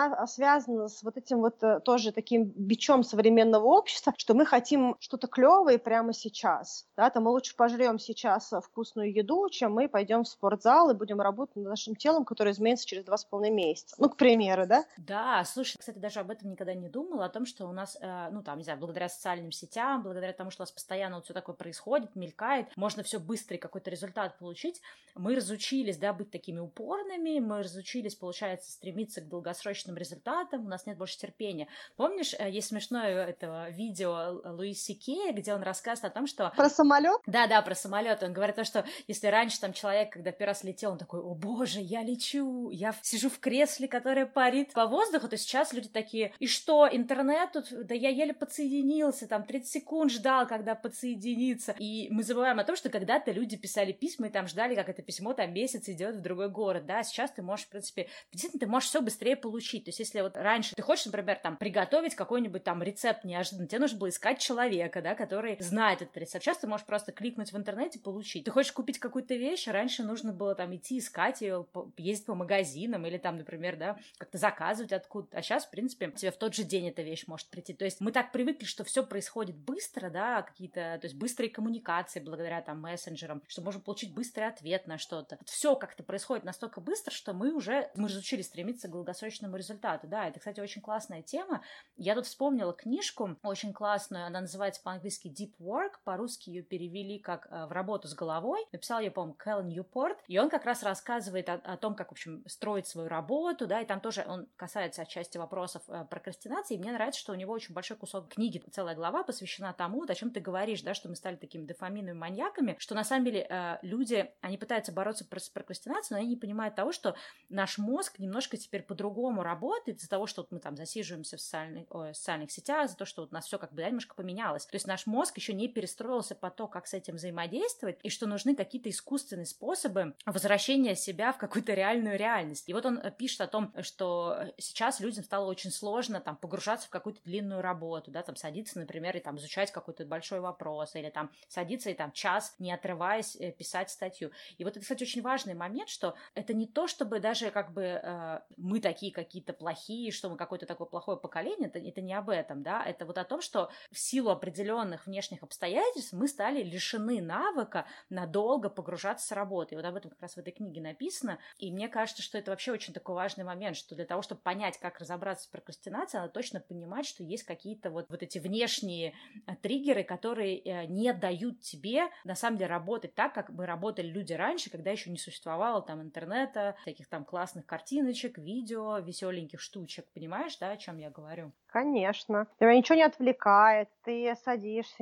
связано с вот этим вот тоже таким бичом современного общества, что мы хотим что-то клевое прямо сейчас. Да, там мы лучше пожрем сейчас вкусную еду, чем мы пойдем в спортзал и будем работать над нашим телом, которое изменится через 2,5 месяца. Ну, к примеру, да? Да, слушай, кстати, даже об этом никогда не думала, о том, что у нас, ну, там, не знаю, благодаря социальным сетям, благодаря тому, что у нас постоянно вот все такое происходит, мелькает, можно все быстрый какой-то результат получить. Мы разучились, да, быть такими упорными, мы разучились, получается, стремиться к долгосрочным результатам, у нас нет больше терпения. Помнишь, есть смешное это видео Луис Си-Кея, где он рассказывает о том, что... Про самолет? Да, про самолет. Он говорит то, что если раньше там человек, когда первый раз летел, он такой: о боже, я лечу, я сижу в кресле, которое парит по воздуху, то сейчас люди такие: и что, интернет тут? Да я еле подсоединился, там 30 секунд ждал, когда подсоединиться. И мы забываем о том, что когда-то люди писали письма и там ждали, как это письмо там месяц идет в другой город, да, сейчас ты можешь, в принципе, действительно, ты можешь все быстрее получить. То есть если вот раньше ты хочешь, например, там приготовить какой-нибудь там рецепт неожиданно, тебе нужно было искать человека, да, который знает этот рецепт. Сейчас ты можешь просто кликнуть в интернете, получить. Ты хочешь купить какую-то вещь, раньше нужно было там идти искать ее, ездить по магазинам или там, например, да, как-то заказывать откуда-то. А сейчас, в принципе, тебе в тот же день эта вещь может прийти. То есть мы так привыкли, что все происходит быстро, да, какие-то, то есть быстрые коммуникации благодаря там мессенджерам, что можем получить быстрый ответ на что-то. Все как-то происходит настолько быстро, что мы разучились стремиться к долгосрочному результату. Да, это, кстати, очень классная тема. Я тут вспомнила книжку очень классную, она называется по-английски Deep Work, по-русски ее перевели как «В работу с головой». Написал ее, по-моему, Кэл Ньюпорт, и он как раз рассказывает о том, как, в общем, строить свою работу, да, и там тоже он касается отчасти вопросов прокрастинации, и мне нравится, что у него очень большой кусок книги, целая глава посвящена тому, вот, о чем ты говоришь, да, что мы стали такими дофаминовыми маньяками, что на самом деле люди, они пытаются бороться с прокрастинацией, но они не понимают того, что наш мозг немножко теперь по-другому работает из-за того, что вот мы там засиживаемся в социальных сетях, за то, что вот у нас все как бы, да, немножко поменялось. То есть наш мозг еще не перестроился по то, как с этим взаимодействовать, и что нужны какие-то искусственные способы возвращения себя в какую-то реальную реальность. И вот он пишет о том, что сейчас людям стало очень сложно там погружаться в какую-то длинную работу, да, там садиться, например, и там изучать какой-то большой вопрос, или там садиться и там час, не отрываясь, писать статью. И вот это, кстати, очень важный момент, что это не то, чтобы даже как бы мы такие какие-то плохие, что мы какое-то такое плохое поколение, это не об этом, да, это вот о том, что в силу определенных внешних обстоятельств мы стали лишены навыка надолго погружаться с работы. И вот об этом как раз в этой книге написано. И мне кажется, что это вообще очень такой важный момент, что для того, чтобы понять, как разобраться с прокрастинацией, надо точно понимать, что есть какие-то вот эти внешние триггеры, которые не дают тебе, на самом деле, работать так, как мы работали люди раньше, когда еще не существовало там интернета, всяких там классных картиночек, видео, веселеньких штучек. Понимаешь, да, о чем я говорю? Конечно. Тебя ничего не отвлекает, ты садишься,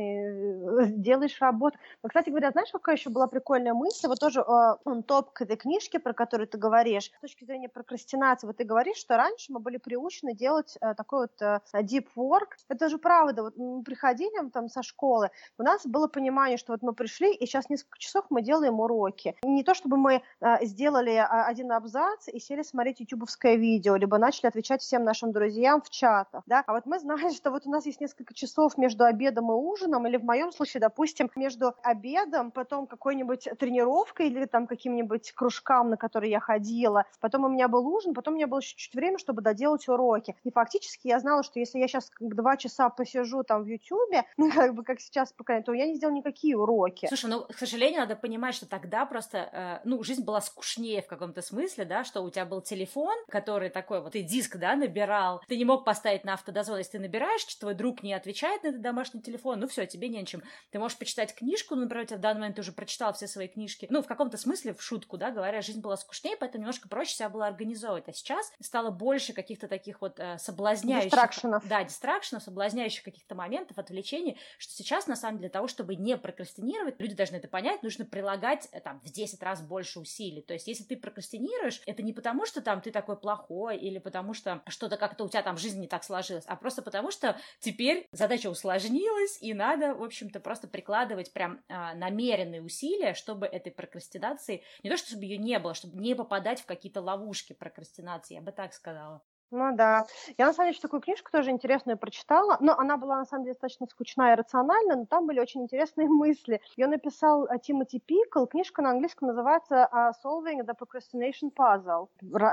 делаешь работу. Но, кстати говоря, знаешь, какая еще была прикольная мысль? Вот тоже топ к этой книжке, про которую ты говоришь. С точки зрения прокрастинации, вот ты говоришь, что раньше мы были приучены делать такой вот deep work. Это же правда. Вот мы приходили там со школы, у нас было понимание, что вот мы пришли, и сейчас несколько часов мы делаем уроки. Не то, чтобы мы сделали один абзац и сели смотреть ютубовское видео, либо начали отвечать всем нашим друзьям в чатах, да, а вот мы знаем, что вот у нас есть несколько часов между обедом и ужином, или в моем случае, допустим, между обедом, потом какой-нибудь тренировкой или там каким-нибудь кружкам, на которые я ходила, потом у меня был ужин, потом у меня было еще чуть время, чтобы доделать уроки. И фактически я знала, что если я сейчас 2 часа посижу там в Ютубе, как бы как сейчас поколение, то я не сделаю никакие уроки. Слушай, ну, к сожалению, надо понимать, что тогда просто, жизнь была скучнее в каком-то смысле, да, что у тебя был телефон, который такой вот, ты диск, да, набирал, ты не мог поставить на автодозвон, если ты набираешь, твой друг не отвечает на этот домашний телефон, ну все, тебе не на чем. Ты можешь почитать книжку, например, в данный момент ты уже прочитал все свои книжки. Ну, в каком-то смысле, в шутку, да, говоря, жизнь была скучнее, поэтому немножко проще себя было организовывать. А сейчас стало больше каких-то таких вот соблазняющих... Дистракшенов. Да, дистракшенов, соблазняющих каких-то моментов, отвлечений, что сейчас, на самом деле, для того, чтобы не прокрастинировать, люди должны это понять, нужно прилагать там в 10 раз больше усилий. То есть, если ты прокрастинируешь, это не потому, что там ты такой плохой, или потому что что-то как-то у тебя там в жизни не так сложилось, а просто потому, что теперь задача усложнилась, и надо, в общем-то, просто прикладывать прям намеренные усилия, чтобы этой прокрастинации, не то чтобы ее не было, чтобы не попадать в какие-то ловушки прокрастинации, я бы так сказала. Ну да. Я на самом деле еще такую книжку тоже интересную прочитала, но она была на самом деле достаточно скучная и рациональная, но там были очень интересные мысли. Ее написал Тимоти Пикл, книжка на английском называется Solving the Procrastination Puzzle,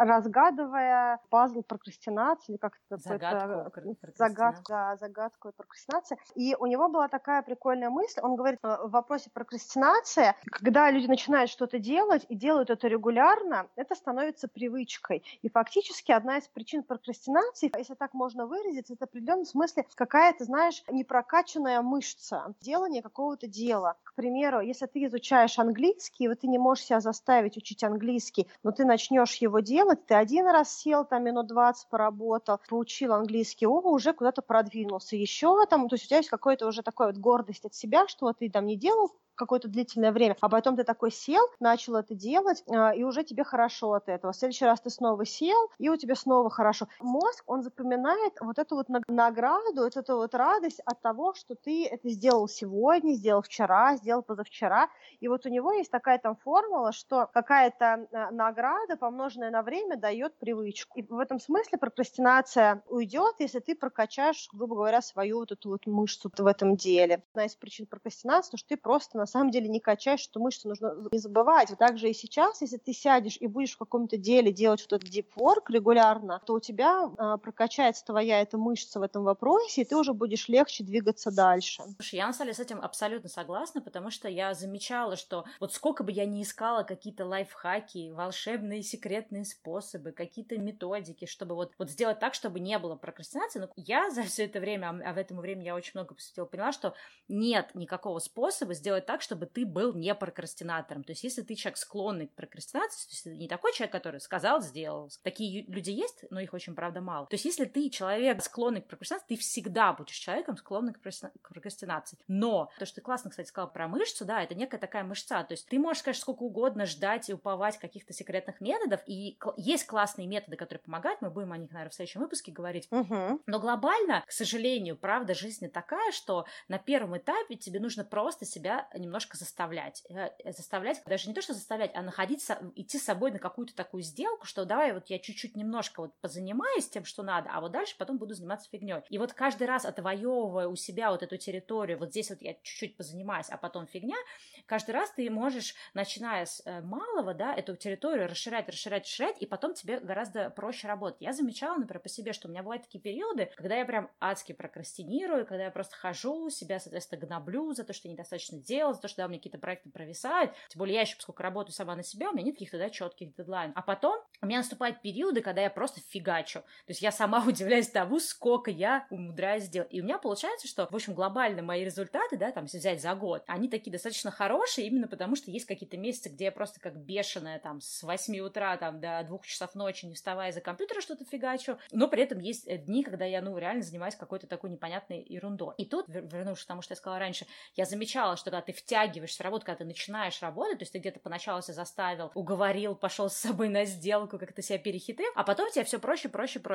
разгадывая пазл прокрастинации, или как Загадку прокрастинации. загадку прокрастинации. И у него была такая прикольная мысль, он говорит в вопросе прокрастинации, когда люди начинают что-то делать и делают это регулярно, это становится привычкой. И фактически одна из причин прокрастинации, если так можно выразиться, это в определенном смысле какая-то, знаешь, непрокачанная мышца, делание какого-то дела. К примеру, если ты изучаешь английский, вот ты не можешь себя заставить учить английский, но ты начнешь его делать, ты один раз сел, там минут 20 поработал, поучил английский, уже куда-то продвинулся. Еще там, то есть у тебя есть какая-то уже такая вот гордость от себя, что вот ты там не делал какое-то длительное время, а потом ты такой сел, начал это делать, и уже тебе хорошо от этого. В следующий раз ты снова сел, и у тебя снова хорошо. Мозг, он запоминает вот эту вот награду, вот эту вот радость от того, что ты это сделал сегодня, сделал вчера, сделал позавчера. И вот у него есть такая там формула, что какая-то награда, помноженная на время, дает привычку. И в этом смысле прокрастинация уйдет, если ты прокачаешь, грубо говоря, свою вот эту вот мышцу в этом деле. Одна из причин прокрастинации, то, что ты просто на самом деле не качаешь эту мышцу, нужно не забывать. Вот так же и сейчас, если ты сядешь и будешь в каком-то деле делать вот этот deep work регулярно, то у тебя прокачается твоя эта мышца в этом вопросе, и ты уже будешь легче двигаться дальше. Слушай, я на самом деле с этим абсолютно согласна, потому что я замечала, что вот сколько бы я ни искала какие-то лайфхаки, волшебные секретные способы, какие-то методики, чтобы вот сделать так, чтобы не было прокрастинации, но я за все это время, а в этом времени я очень много посвятила, поняла, что нет никакого способа сделать так, чтобы ты был не прокрастинатором. То есть, если ты человек склонный к прокрастинации, то есть ты не такой человек, который сказал, сделал. Такие люди есть, но их очень, правда, мало. То есть, если ты человек склонный к прокрастинации, ты всегда будешь человеком склонным к прокрастинации. Но то, что ты классно, кстати, сказала про мышцу, да, это некая такая мышца. То есть, ты можешь, конечно, сколько угодно ждать и уповать каких-то секретных методов, и есть классные методы, которые помогают, мы будем о них, наверное, в следующем выпуске говорить. Но глобально, к сожалению, правда жизни такая, что на первом этапе тебе нужно просто себя немножко заставлять. Заставлять, даже не то, что заставлять, а идти с собой на какую-то такую сделку, что давай вот я чуть-чуть немножко вот позанимаюсь тем, что надо, а вот дальше потом буду заниматься фигней. И вот каждый раз отвоевывая у себя вот эту территорию, вот здесь вот я чуть-чуть позанимаюсь, а потом фигня, каждый раз ты можешь, начиная с малого, да, эту территорию расширять, и потом тебе гораздо проще работать. Я замечала, например, по себе, что у меня бывают такие периоды, когда я прям адски прокрастинирую, когда я просто хожу, себя, соответственно, гноблю за то, что я недостаточно делала, за то, что да, у меня какие-то проекты провисают. Тем более я еще, поскольку работаю сама на себя, у меня нет каких-то, да, четких дедлайнов. А потом у меня наступают периоды, когда я просто фигачу. То есть я сама удивляюсь тому, сколько я умудряюсь сделать. И у меня получается, что, в общем, глобально мои результаты, да, там, если взять за год, они такие достаточно хорошие, именно потому что есть какие-то месяцы, где я просто как бешеная, там, с 8 утра, там, до 2 часов ночи, не вставая за компьютера, что-то фигачу. Но при этом есть дни, когда я, реально занимаюсь какой-то такой непонятной ерундой. И тут, вернувшись к тому, что я сказала раньше, я замечала, что когда ты втягиваешься в работу, когда ты начинаешь работать, то есть ты где-то поначалу себя заставил, уговорил, пошел с собой на сделку, как-то себя перехитрил, а потом тебе все проще.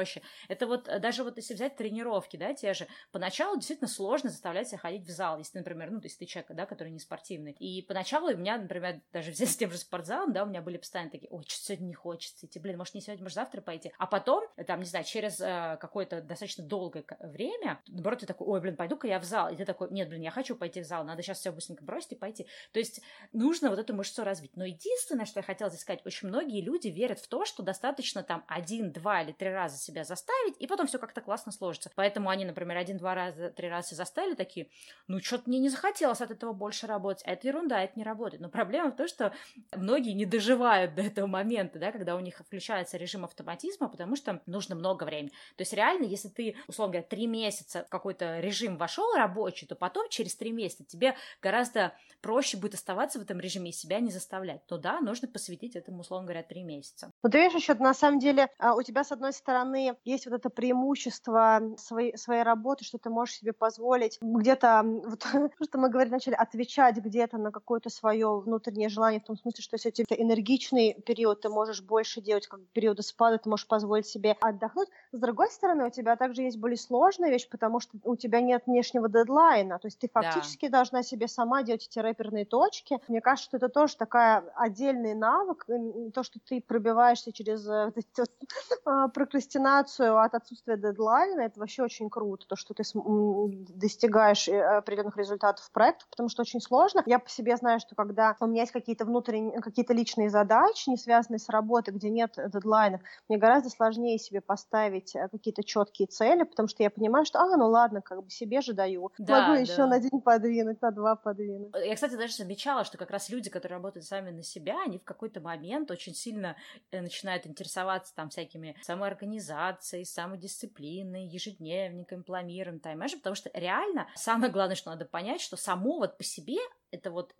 Это вот даже вот если взять тренировки, да, те же, поначалу действительно сложно заставлять себя ходить в зал, если, например, то есть ты человек, да, который не спортивный. И поначалу у меня, например, даже взять с тем же спортзалом, да, у меня были постоянно такие, ой, что сегодня не хочется идти, может, не сегодня, может, завтра пойти. А потом, там, не знаю, через какое-то достаточно долгое время, наоборот, ты такой, ой, пойду-ка я в зал. И ты такой, нет, я хочу пойти в зал, надо сейчас все быстренько бросить и пойти. То есть нужно вот эту мышцу развить. Но единственное, что я хотела здесь сказать, очень многие люди верят в то, что достаточно там 1, 2 или 3 раза себя заставить, и потом все как-то классно сложится. Поэтому они, например, 1, 2 раза, 3 раза себя заставили, такие, что-то мне не захотелось от этого больше работать. А это ерунда, это не работает. Но проблема в том, что многие не доживают до этого момента, да, когда у них включается режим автоматизма, потому что нужно много времени. То есть реально, если ты, условно говоря, 3 месяца в какой-то режим вошел рабочий, то потом через 3 месяца тебе гораздо проще будет оставаться в этом режиме и себя не заставлять. То да, нужно посвятить этому, условно говоря, 3 месяца. Ты видишь, еще на самом деле у тебя, с одной стороны, есть вот это преимущество своей работы, что ты можешь себе позволить где-то, вот, что мы говорили вначале, отвечать где-то на какое-то свое внутреннее желание, в том смысле, что если у тебя энергичный период, ты можешь больше делать, как периоды спада, ты можешь позволить себе отдохнуть. С другой стороны, у тебя также есть более сложная вещь, потому что у тебя нет внешнего дедлайна, то есть ты фактически должна себе сама делать эти рэперные точки. Мне кажется, что это тоже такая отдельный навык, то, что ты пробиваешь пробиваешься через прокрастинацию от отсутствия дедлайна, это вообще очень круто, то, что ты достигаешь определенных результатов в проектах, потому что очень сложно. Я по себе знаю, что когда у меня есть какие-то внутренние, какие-то личные задачи, не связанные с работой, где нет дедлайнов, мне гораздо сложнее себе поставить какие-то четкие цели, потому что я понимаю, что, ну ладно, как бы себе же даю. Могу еще на день подвинуть, на 2 подвинуть. Я, кстати, даже замечала, что как раз люди, которые работают сами на себя, они в какой-то момент очень сильно начинают интересоваться там всякими самоорганизацией, самодисциплиной, ежедневниками, планированием, тайм-менеджментом, потому что реально самое главное, что надо понять, что само вот по себе это вот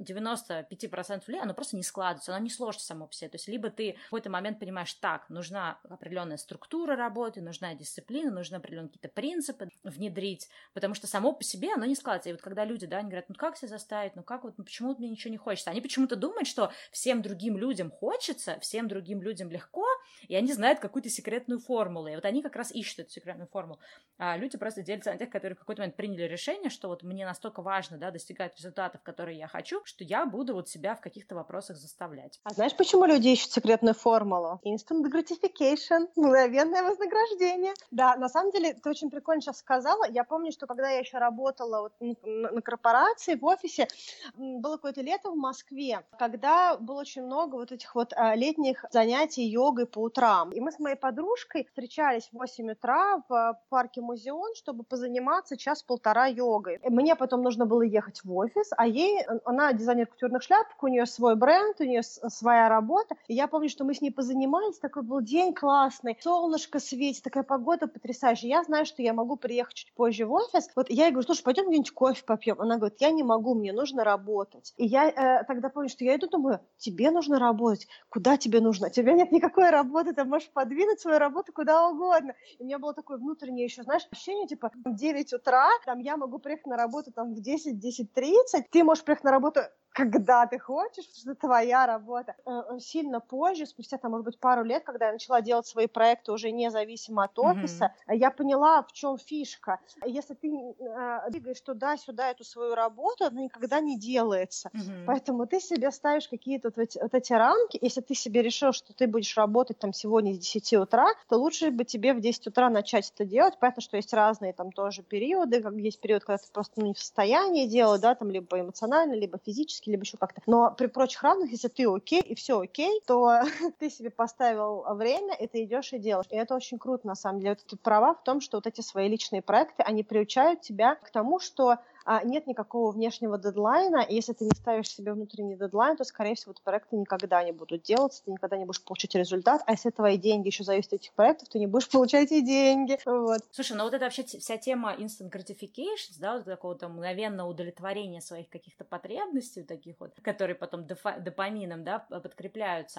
95% людей, оно просто не складывается, оно не сложится само по себе. То есть либо ты в какой-то момент понимаешь, так, нужна определенная структура работы, нужна дисциплина, нужны определенные какие-то принципы внедрить, потому что само по себе оно не складывается. И вот когда люди, да, они говорят, как себя заставить, как вот, почему мне ничего не хочется? Они почему-то думают, что всем другим людям хочется, всем другим людям легко, и они знают какую-то секретную формулу. И вот они как раз ищут эту секретную формулу. А люди просто делятся на тех, которые в какой-то момент приняли решение, что вот мне настолько важно, да, достигать результатов, которые я хочу, что я буду вот себя в каких-то вопросах заставлять. А знаешь, почему люди ищут секретную формулу? Instant gratification, мгновенное вознаграждение. Да, на самом деле, ты очень прикольно сейчас сказала. Я помню, что когда я еще работала вот на корпорации, в офисе, было какое-то лето в Москве, когда было очень много вот этих вот летних занятий йогой по утрам. И мы с моей подружкой встречались в 8 утра в парке Музеон, чтобы позаниматься час-полтора йогой. И мне потом нужно было ехать в офис, а она дизайнер кутюрных шляпок, у нее свой бренд, у нее своя работа. И я помню, что мы с ней позанимались, такой был день классный, солнышко светит, такая погода потрясающая. Я знаю, что я могу приехать чуть позже в офис. Вот я ей говорю, слушай, пойдем где-нибудь кофе попьем. Она говорит, я не могу, мне нужно работать. И я тогда помню, что я иду, думаю, тебе нужно работать. Куда тебе нужно? У тебя нет никакой работы, ты можешь подвинуть свою работу куда угодно. И у меня было такое внутреннее еще, знаешь, ощущение, типа, в 9 утра, там, я могу приехать на работу там в 10-10:30, ты можешь приехать на работу когда ты хочешь, потому что это твоя работа. Сильно позже, спустя, там, может быть, пару лет, когда я начала делать свои проекты уже независимо от офиса, я поняла, в чем фишка. Если ты двигаешь туда-сюда эту свою работу, она никогда не делается. Поэтому ты себе ставишь какие-то вот эти рамки. Если ты себе решил, что ты будешь работать там сегодня с 10 утра, то лучше бы тебе в 10 утра начать это делать. Понятно, что есть разные там тоже периоды, как есть период, когда ты просто не в состоянии делать, да, там либо эмоционально, либо физически, либо еще как-то. Но при прочих равных, если ты окей, и все окей, то ты себе поставил время, и ты идешь и делаешь. И это очень круто, на самом деле. Ты права в том, что вот эти свои личные проекты, они приучают тебя к тому, что нет никакого внешнего дедлайна, и если ты не ставишь себе внутренний дедлайн, то, скорее всего, проекты никогда не будут делаться, ты никогда не будешь получать результат, а если твои деньги еще зависят от этих проектов, ты не будешь получать и деньги. Вот. Слушай, ну вот это вообще вся тема instant gratification, да, вот такого-то мгновенного удовлетворения своих каких-то потребностей, таких вот, которые потом допамином, да, подкрепляются.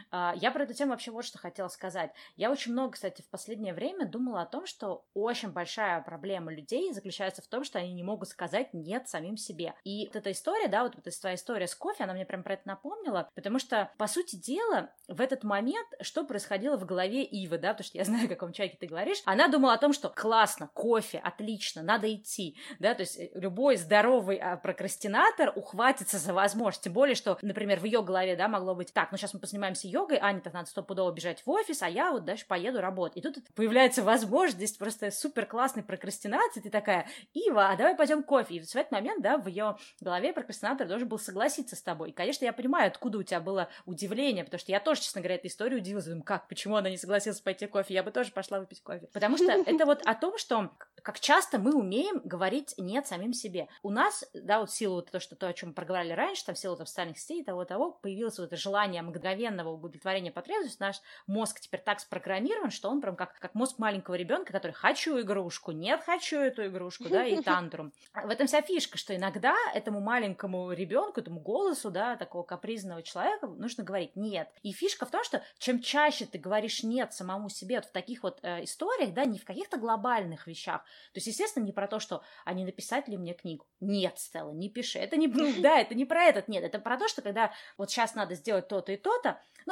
Я про эту тему вообще вот что хотела сказать. Я очень много, кстати, в последнее время думала о том, что очень большая проблема людей заключается в том, что они не могут сказать нет самим себе. И вот эта история, да, вот эта твоя история с кофе, она мне прям про это напомнила, потому что, по сути дела, в этот момент, что происходило в голове Ивы, да, потому что я знаю, о каком человеке ты говоришь, она думала о том, что классно, кофе, отлично, надо идти, да, то есть любой здоровый прокрастинатор ухватится за возможность, тем более, что, например, в ее голове, да, могло быть, так, ну сейчас мы позанимаемся йогой, Ане-то надо стопудово бежать в офис, а я вот дальше поеду работать. И тут появляется возможность просто супер классной прокрастинации, ты такая, Ива, а давай пойдем кофе. И в этот момент, да, в ее голове прокрастинатор должен был согласиться с тобой. И, конечно, я понимаю, откуда у тебя было удивление, потому что я тоже, честно говоря, этой историей удивилась. Думаю, как, почему она не согласилась пойти кофе? Я бы тоже пошла выпить кофе. Потому что это вот о том, что как часто мы умеем говорить нет самим себе. У нас, да, вот в силу вот то, о чем мы проговорили раньше, там, в силу социальных сетей и того, появилось вот это желание мгновенного удовлетворения потребностей. Наш мозг теперь так спрограммирован, что он прям как мозг маленького ребенка, который хочу игрушку, нет, хочу эту игрушку, да, и тантрум. В этом вся фишка, что иногда этому маленькому ребенку, этому голосу, да, такого капризного человека нужно говорить нет. И фишка в том, что чем чаще ты говоришь нет самому себе вот в таких вот историях, да, не в каких-то глобальных вещах. То есть, естественно, не про то, что а не написать ли мне книгу. Нет, Стелла, не пиши. Это не, да, это не про этот нет. Это про то, что когда вот сейчас надо сделать то-то и то-то, ну,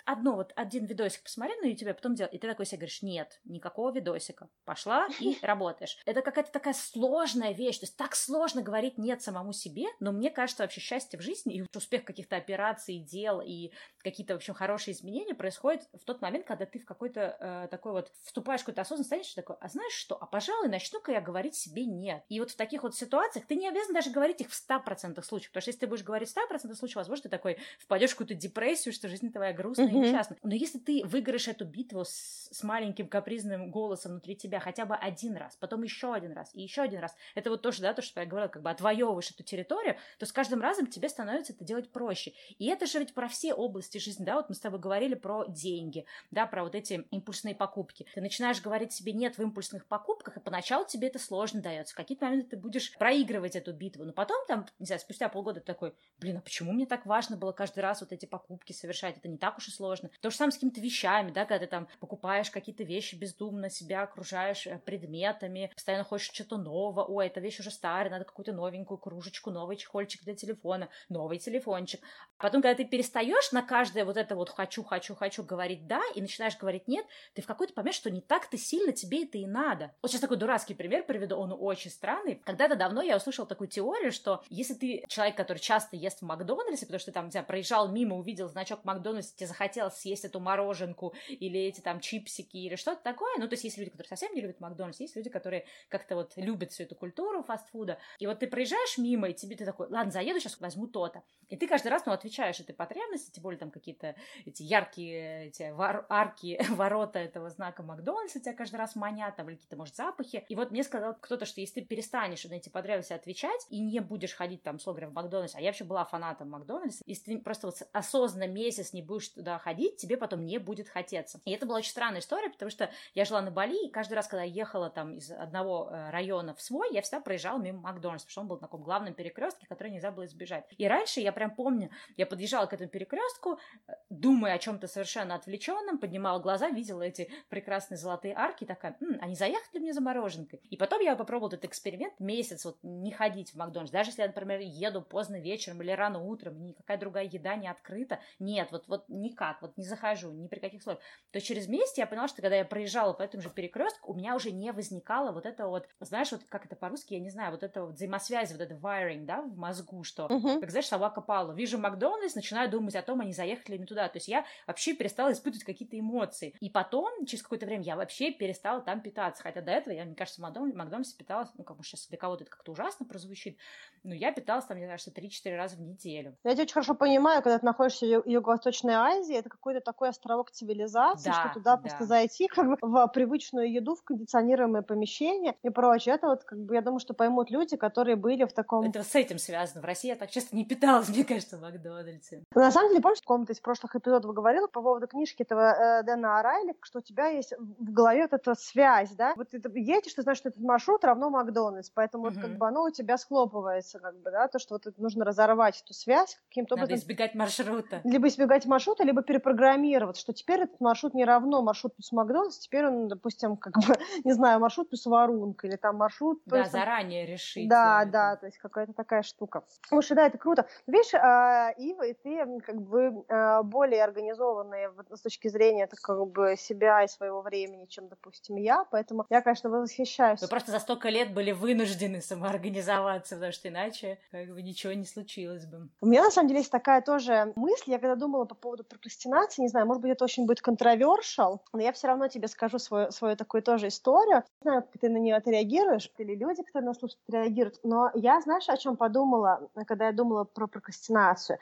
один видосик посмотри на YouTube, а потом делай. И ты такой себе говоришь, нет, никакого видосика. Пошла и работаешь. Это какая-то такая сложная вещь. То есть так сложно говорить нет самому себе, но мне кажется, вообще счастье в жизни и успех каких-то операций, дел и какие-то, в общем, хорошие изменения происходят в тот момент, когда ты в какой-то такой вот вступаешь в какую-то осознанность, станешь такой, а знаешь что, пожалуй, начну-ка я говорить себе нет. И вот в таких вот ситуациях ты не обязан даже говорить их в 100% случаев, потому что если ты будешь говорить в 100% случаев, возможно, ты такой впадешь в какую-то депрессию, что жизнь твоя грустная и несчастная. Но если ты выиграешь эту битву с маленьким капризным голосом внутри тебя хотя бы один раз, потом еще один раз и еще один раз, это вот тоже, да, то, что я говорила, как бы отвоевываешь эту территорию, то с каждым разом тебе становится это делать проще. И это же ведь про все области жизни, да, вот мы с тобой говорили про деньги, да, про вот эти импульсные покупки. Ты начинаешь говорить себе нет в импульсных покупках, и поначалу тебе это сложно дается. В какие-то моменты ты будешь проигрывать эту битву, но потом там, не знаю, спустя полгода ты такой, блин, а почему мне так важно было каждый раз вот эти покупки совершать? Это не так уж и сложно. То же самое с какими-то вещами, да, когда ты там покупаешь какие-то вещи бездумно, себя окружаешь предметами, постоянно хочешь что-то нового, ой, эта вещь уже старая, надо какую-то новенькую кружечку, новый чехольчик для телефона, новый телефончик. Потом, когда ты перестаешь на каждое вот это вот хочу говорить да, и начинаешь говорить нет, ты в какой-то момент, что не так-то сильно тебе это и надо. Вот сейчас такой дурацкий пример приведу, он очень странный. Когда-то давно я услышала такую теорию, что если ты человек, который часто ест в Макдональдсе, потому что ты там, не знаю, проезжал мимо, увидел значок Макдональдса, тебе захотелось съесть эту мороженку или эти там чипсики или что-то такое, ну, то есть есть люди, которые совсем не любят Макдональдс, есть люди, которые как-то вот любят всю эту культуру фастфуда, и вот ты проезжаешь мимо, и тебе ты такой, ладно, заеду, сейчас возьму то-то. И ты каждый раз, ну, отвечаешь этой потребности, тем более там какие-то эти яркие эти арки, ворота этого знака Макдональдса тебя каждый раз манят, там, или какие-то, может, запахи. И вот мне сказал кто-то, что если ты перестанешь на эти потребности отвечать и не будешь ходить там, условно говоря, в Макдональдс, а я вообще была фанатом Макдональдса, если ты просто вот осознанно месяц не будешь туда ходить, тебе потом не будет хотеться. И это была очень странная история, потому что я жила на Бали, и каждый раз, когда я ехала там из одного района в свой, я всегда проезжала мимо Макдональдса, потому что он был на таком главном перекрестке, который нельзя было избежать. И раньше я прям помню, я подъезжала к этому перекрестку, думая о чем-то совершенно отвлеченном, поднимала глаза, видела эти прекрасные золотые арки, и такая, а не заехать ли мне за мороженкой? И потом я попробовала этот эксперимент, месяц вот не ходить в Макдональдс, даже если я, например, еду поздно вечером или рано утром, никакая другая еда не открыта, нет, вот никак, вот не захожу, ни при каких условиях. То через месяц я поняла, что когда я проезжала по этому же перекрестку, у меня уже не возникало вот это вот, знаешь, вот как это по-русски, я не знаю, вот это вот взаимосвязь, вот это wiring, да, в мозгу, что, как, знаешь, собака Павлова, вижу Макдональдс, начинаю думать о том, а не заехали ли мне туда. То есть я вообще перестала испытывать какие-то эмоции. И потом, через какое-то время, я вообще перестала там питаться. Хотя до этого я, мне кажется, в Макдональдсе питалась, ну, как бы сейчас для кого-то это как-то ужасно прозвучит, но я питалась там, мне кажется, 3-4 раза в неделю. Я тебя очень хорошо понимаю, когда ты находишься в Юго-Восточной Азии, это какой-то такой островок цивилизации, что туда просто зайти как бы в привычную еду, в кондиционируемое помещение и прочее. Это вот, как бы, я думаю, что поймут люди, которые были в таком... Это с этим связано. В России я так часто не питалась, мне кажется, в Макдональдсе. На самом деле, помнишь, в каком-то из прошлых эпизодов говорила по поводу книжки этого Дэна Арайли, что у тебя есть в голове вот эта связь, да? Вот ты едешь, ты знаешь, что этот маршрут равно Макдональдс, поэтому вот как бы оно у тебя схлопывается, как бы, да, то, что вот нужно разорвать эту связь каким-то образом. Надо избегать маршрута. Либо избегать маршрута, либо перепрограммировать, что теперь этот маршрут не равно маршрут плюс Макдональдс, теперь он, допустим, как бы, не знаю, маршрут плюс Варунка, или там маршрут... Да, плюс, заранее решить. Да, то есть какая-то такая штука. Слушай, да, это круто. Видишь, Ива, и ты как бы более организованная с точки зрения как бы себя и своего времени, чем, допустим, я, поэтому я, конечно, восхищаюсь. Вы просто за столько лет были вынуждены самоорганизоваться, потому что иначе как бы ничего не случилось бы. У меня, на самом деле, есть такая тоже мысль, я когда думала по поводу прокрастинации, не знаю, может быть, это очень будет controversial, но я все равно тебе скажу свою такую тоже историю. Не знаю, как ты на нее отреагируешь, или люди, которые нас слушают, реагируют, но я, знаешь, о чем подумала, когда я думала про прокрастинацию?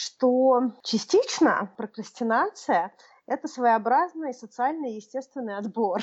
Что частично прокрастинация — это своеобразный социальный естественный отбор.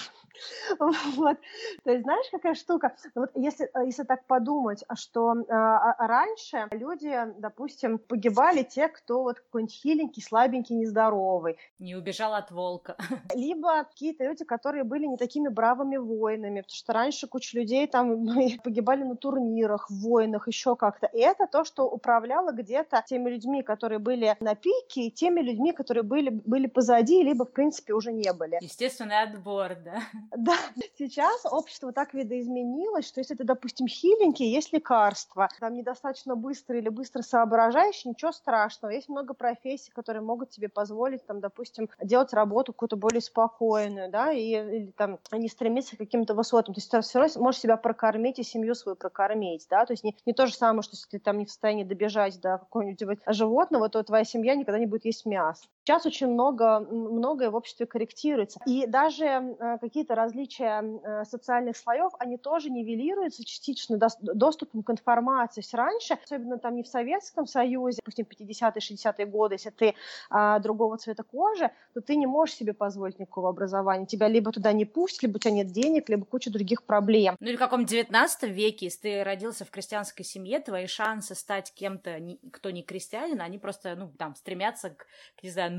Вот. То есть, знаешь, какая штука? Вот если так подумать, что раньше люди, допустим, погибали те, кто вот какой-нибудь хиленький, слабенький, нездоровый. Не убежал от волка. Либо какие-то люди, которые были не такими бравыми воинами, потому что раньше куча людей там погибали на турнирах, в войнах, еще как-то. И это то, что управляло где-то теми людьми, которые были на пике, и теми людьми, которые были позади, уходи, либо, в принципе, уже не были. Естественный отбор, да. Да, сейчас общество так видоизменилось, что если ты, допустим, хиленький, есть лекарства, там недостаточно быстро или быстро соображаешь, ничего страшного. Есть много профессий, которые могут тебе позволить, там, допустим, делать работу какую-то более спокойную, да, или там не стремиться к каким-то высотам. То есть ты все равно можешь себя прокормить и семью свою прокормить, да, то есть не то же самое, что если ты там не в состоянии добежать до какого-нибудь животного, то твоя семья никогда не будет есть мясо. Сейчас очень многое в обществе корректируется. И даже какие-то различия социальных слоев, они тоже нивелируются частично доступом к информации. То есть раньше, особенно там не в Советском Союзе, допустим, 50-е, 60-е годы, если ты другого цвета кожи, то ты не можешь себе позволить никакого образования. Тебя либо туда не пустят, либо у тебя нет денег, либо куча других проблем. Ну или в каком 19 веке, если ты родился в крестьянской семье, твои шансы стать кем-то, кто не крестьянин, они просто, стремятся к, не знаю,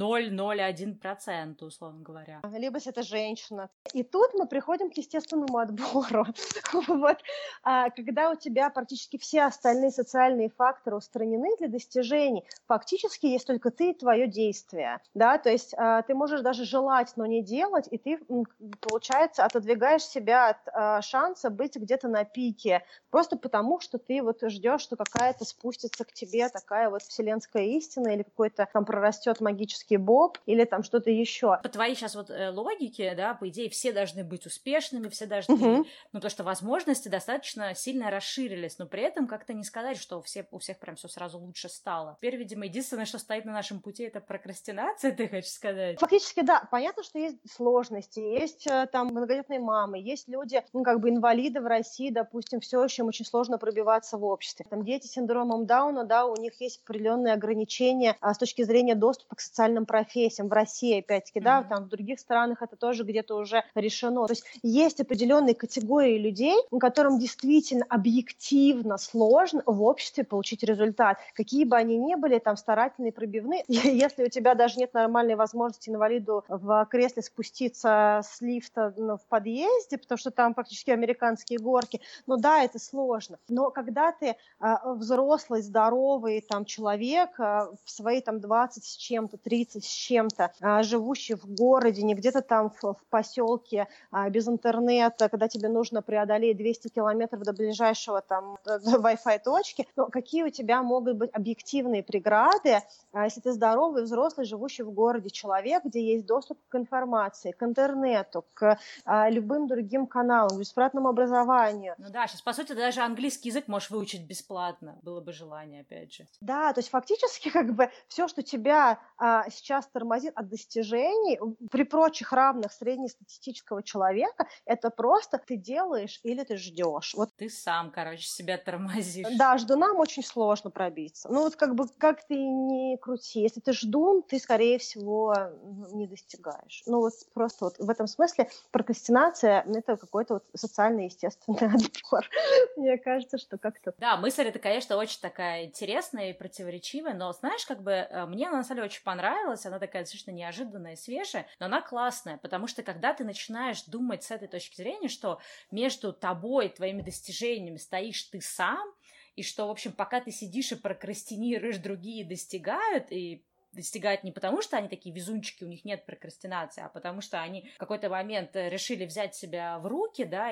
0,01%, условно говоря. Либо если это женщина. И тут мы приходим к естественному отбору. Вот. Когда у тебя практически все остальные социальные факторы устранены для достижений, фактически есть только ты и твое действие. Да? То есть ты можешь даже желать, но не делать, и ты, получается, отодвигаешь себя от шанса быть где-то на пике, просто потому, что ты вот ждешь, что какая-то спустится к тебе такая вот вселенская истина, или какой-то там прорастет магический боб, или там что-то еще. По твоей сейчас вот логике, да, по идее, все должны быть успешными, все должны, то, что возможности достаточно сильно расширились, но при этом как-то не сказать, что у всех прям все сразу лучше стало. Теперь, видимо, единственное, что стоит на нашем пути, это прокрастинация, ты хочешь сказать? Фактически, да. Понятно, что есть сложности, есть там многодетные мамы, есть люди, инвалиды в России, допустим, все еще им очень сложно пробиваться в обществе. Там дети с синдромом Дауна, да, у них есть определенные ограничения с точки зрения доступа к социальным профессиям. В России, опять-таки, да, там в других странах это тоже где-то уже решено. То есть определенные категории людей, которым действительно объективно сложно в обществе получить результат. Какие бы они ни были, там, старательные, пробивные. Если у тебя даже нет нормальной возможности инвалиду в кресле спуститься с лифта в подъезде, потому что там практически американские горки, да, это сложно. Но когда ты взрослый, здоровый там, человек, в свои там 20 с чем-то, 30 с чем-то, живущий в городе, не где-то там в поселке без интернета, когда тебе нужно преодолеть 200 километров до ближайшего там Wi-Fi точки, какие у тебя могут быть объективные преграды, если ты здоровый, взрослый, живущий в городе человек, где есть доступ к информации, к интернету, к любым другим каналам, к бесплатному образованию. Ну да, сейчас, по сути, даже английский язык можешь выучить бесплатно, было бы желание, опять же. Да, то есть фактически все, что тебя сейчас тормозит от достижений, при прочих равных среднестатистического человека, это просто ты делаешь или ты ждешь. Вот. Ты сам, себя тормозишь. Да, ждунам очень сложно пробиться. Как ты ни крути, если ты ждун, ты, скорее всего, не достигаешь. Просто в этом смысле прокрастинация — это какой-то социальный естественный отбор. Мне кажется, что как-то... Да, мысль это, конечно, очень такая интересная и противоречивая, но, знаешь, мне она, на самом деле, очень понравилась, она такая совершенно неожиданная и свежая, но она классная, потому что когда ты начинаешь думать с этой точки зрения, что между тобой и твоими достижениями стоишь ты сам, и что, в общем, пока ты сидишь и прокрастинируешь, другие достигают, и достигают не потому, что они такие везунчики, у них нет прокрастинации, а потому что они в какой-то момент решили взять себя в руки, да,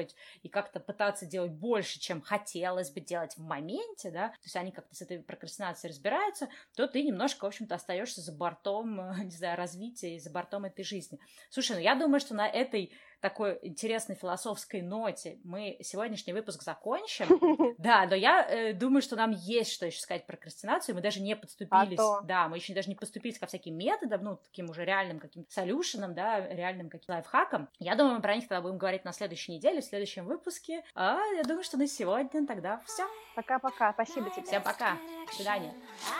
и как-то пытаться делать больше, чем хотелось бы делать в моменте, да, то есть они как-то с этой прокрастинацией разбираются, то ты немножко, в общем-то, остаешься за бортом, не знаю, развития и за бортом этой жизни. Слушай, я думаю, что на этой такой интересной философской ноте мы сегодняшний выпуск закончим. Да, но я думаю, что нам есть что еще сказать про прокрастинацию. Мы даже не подступились. Да, мы еще даже не подступились ко всяким методам, таким уже реальным каким-то солюшенам, да, реальным каким-то лайфхакам. Я думаю, мы про них тогда будем говорить на следующей неделе, в следующем выпуске. А я думаю, что на сегодня тогда все. Пока-пока. Спасибо тебе. Всем пока. До свидания.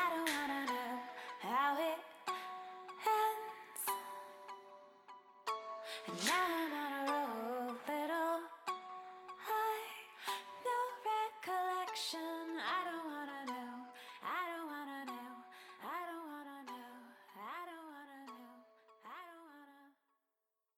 And now I'm on a roll, little high, no recollection.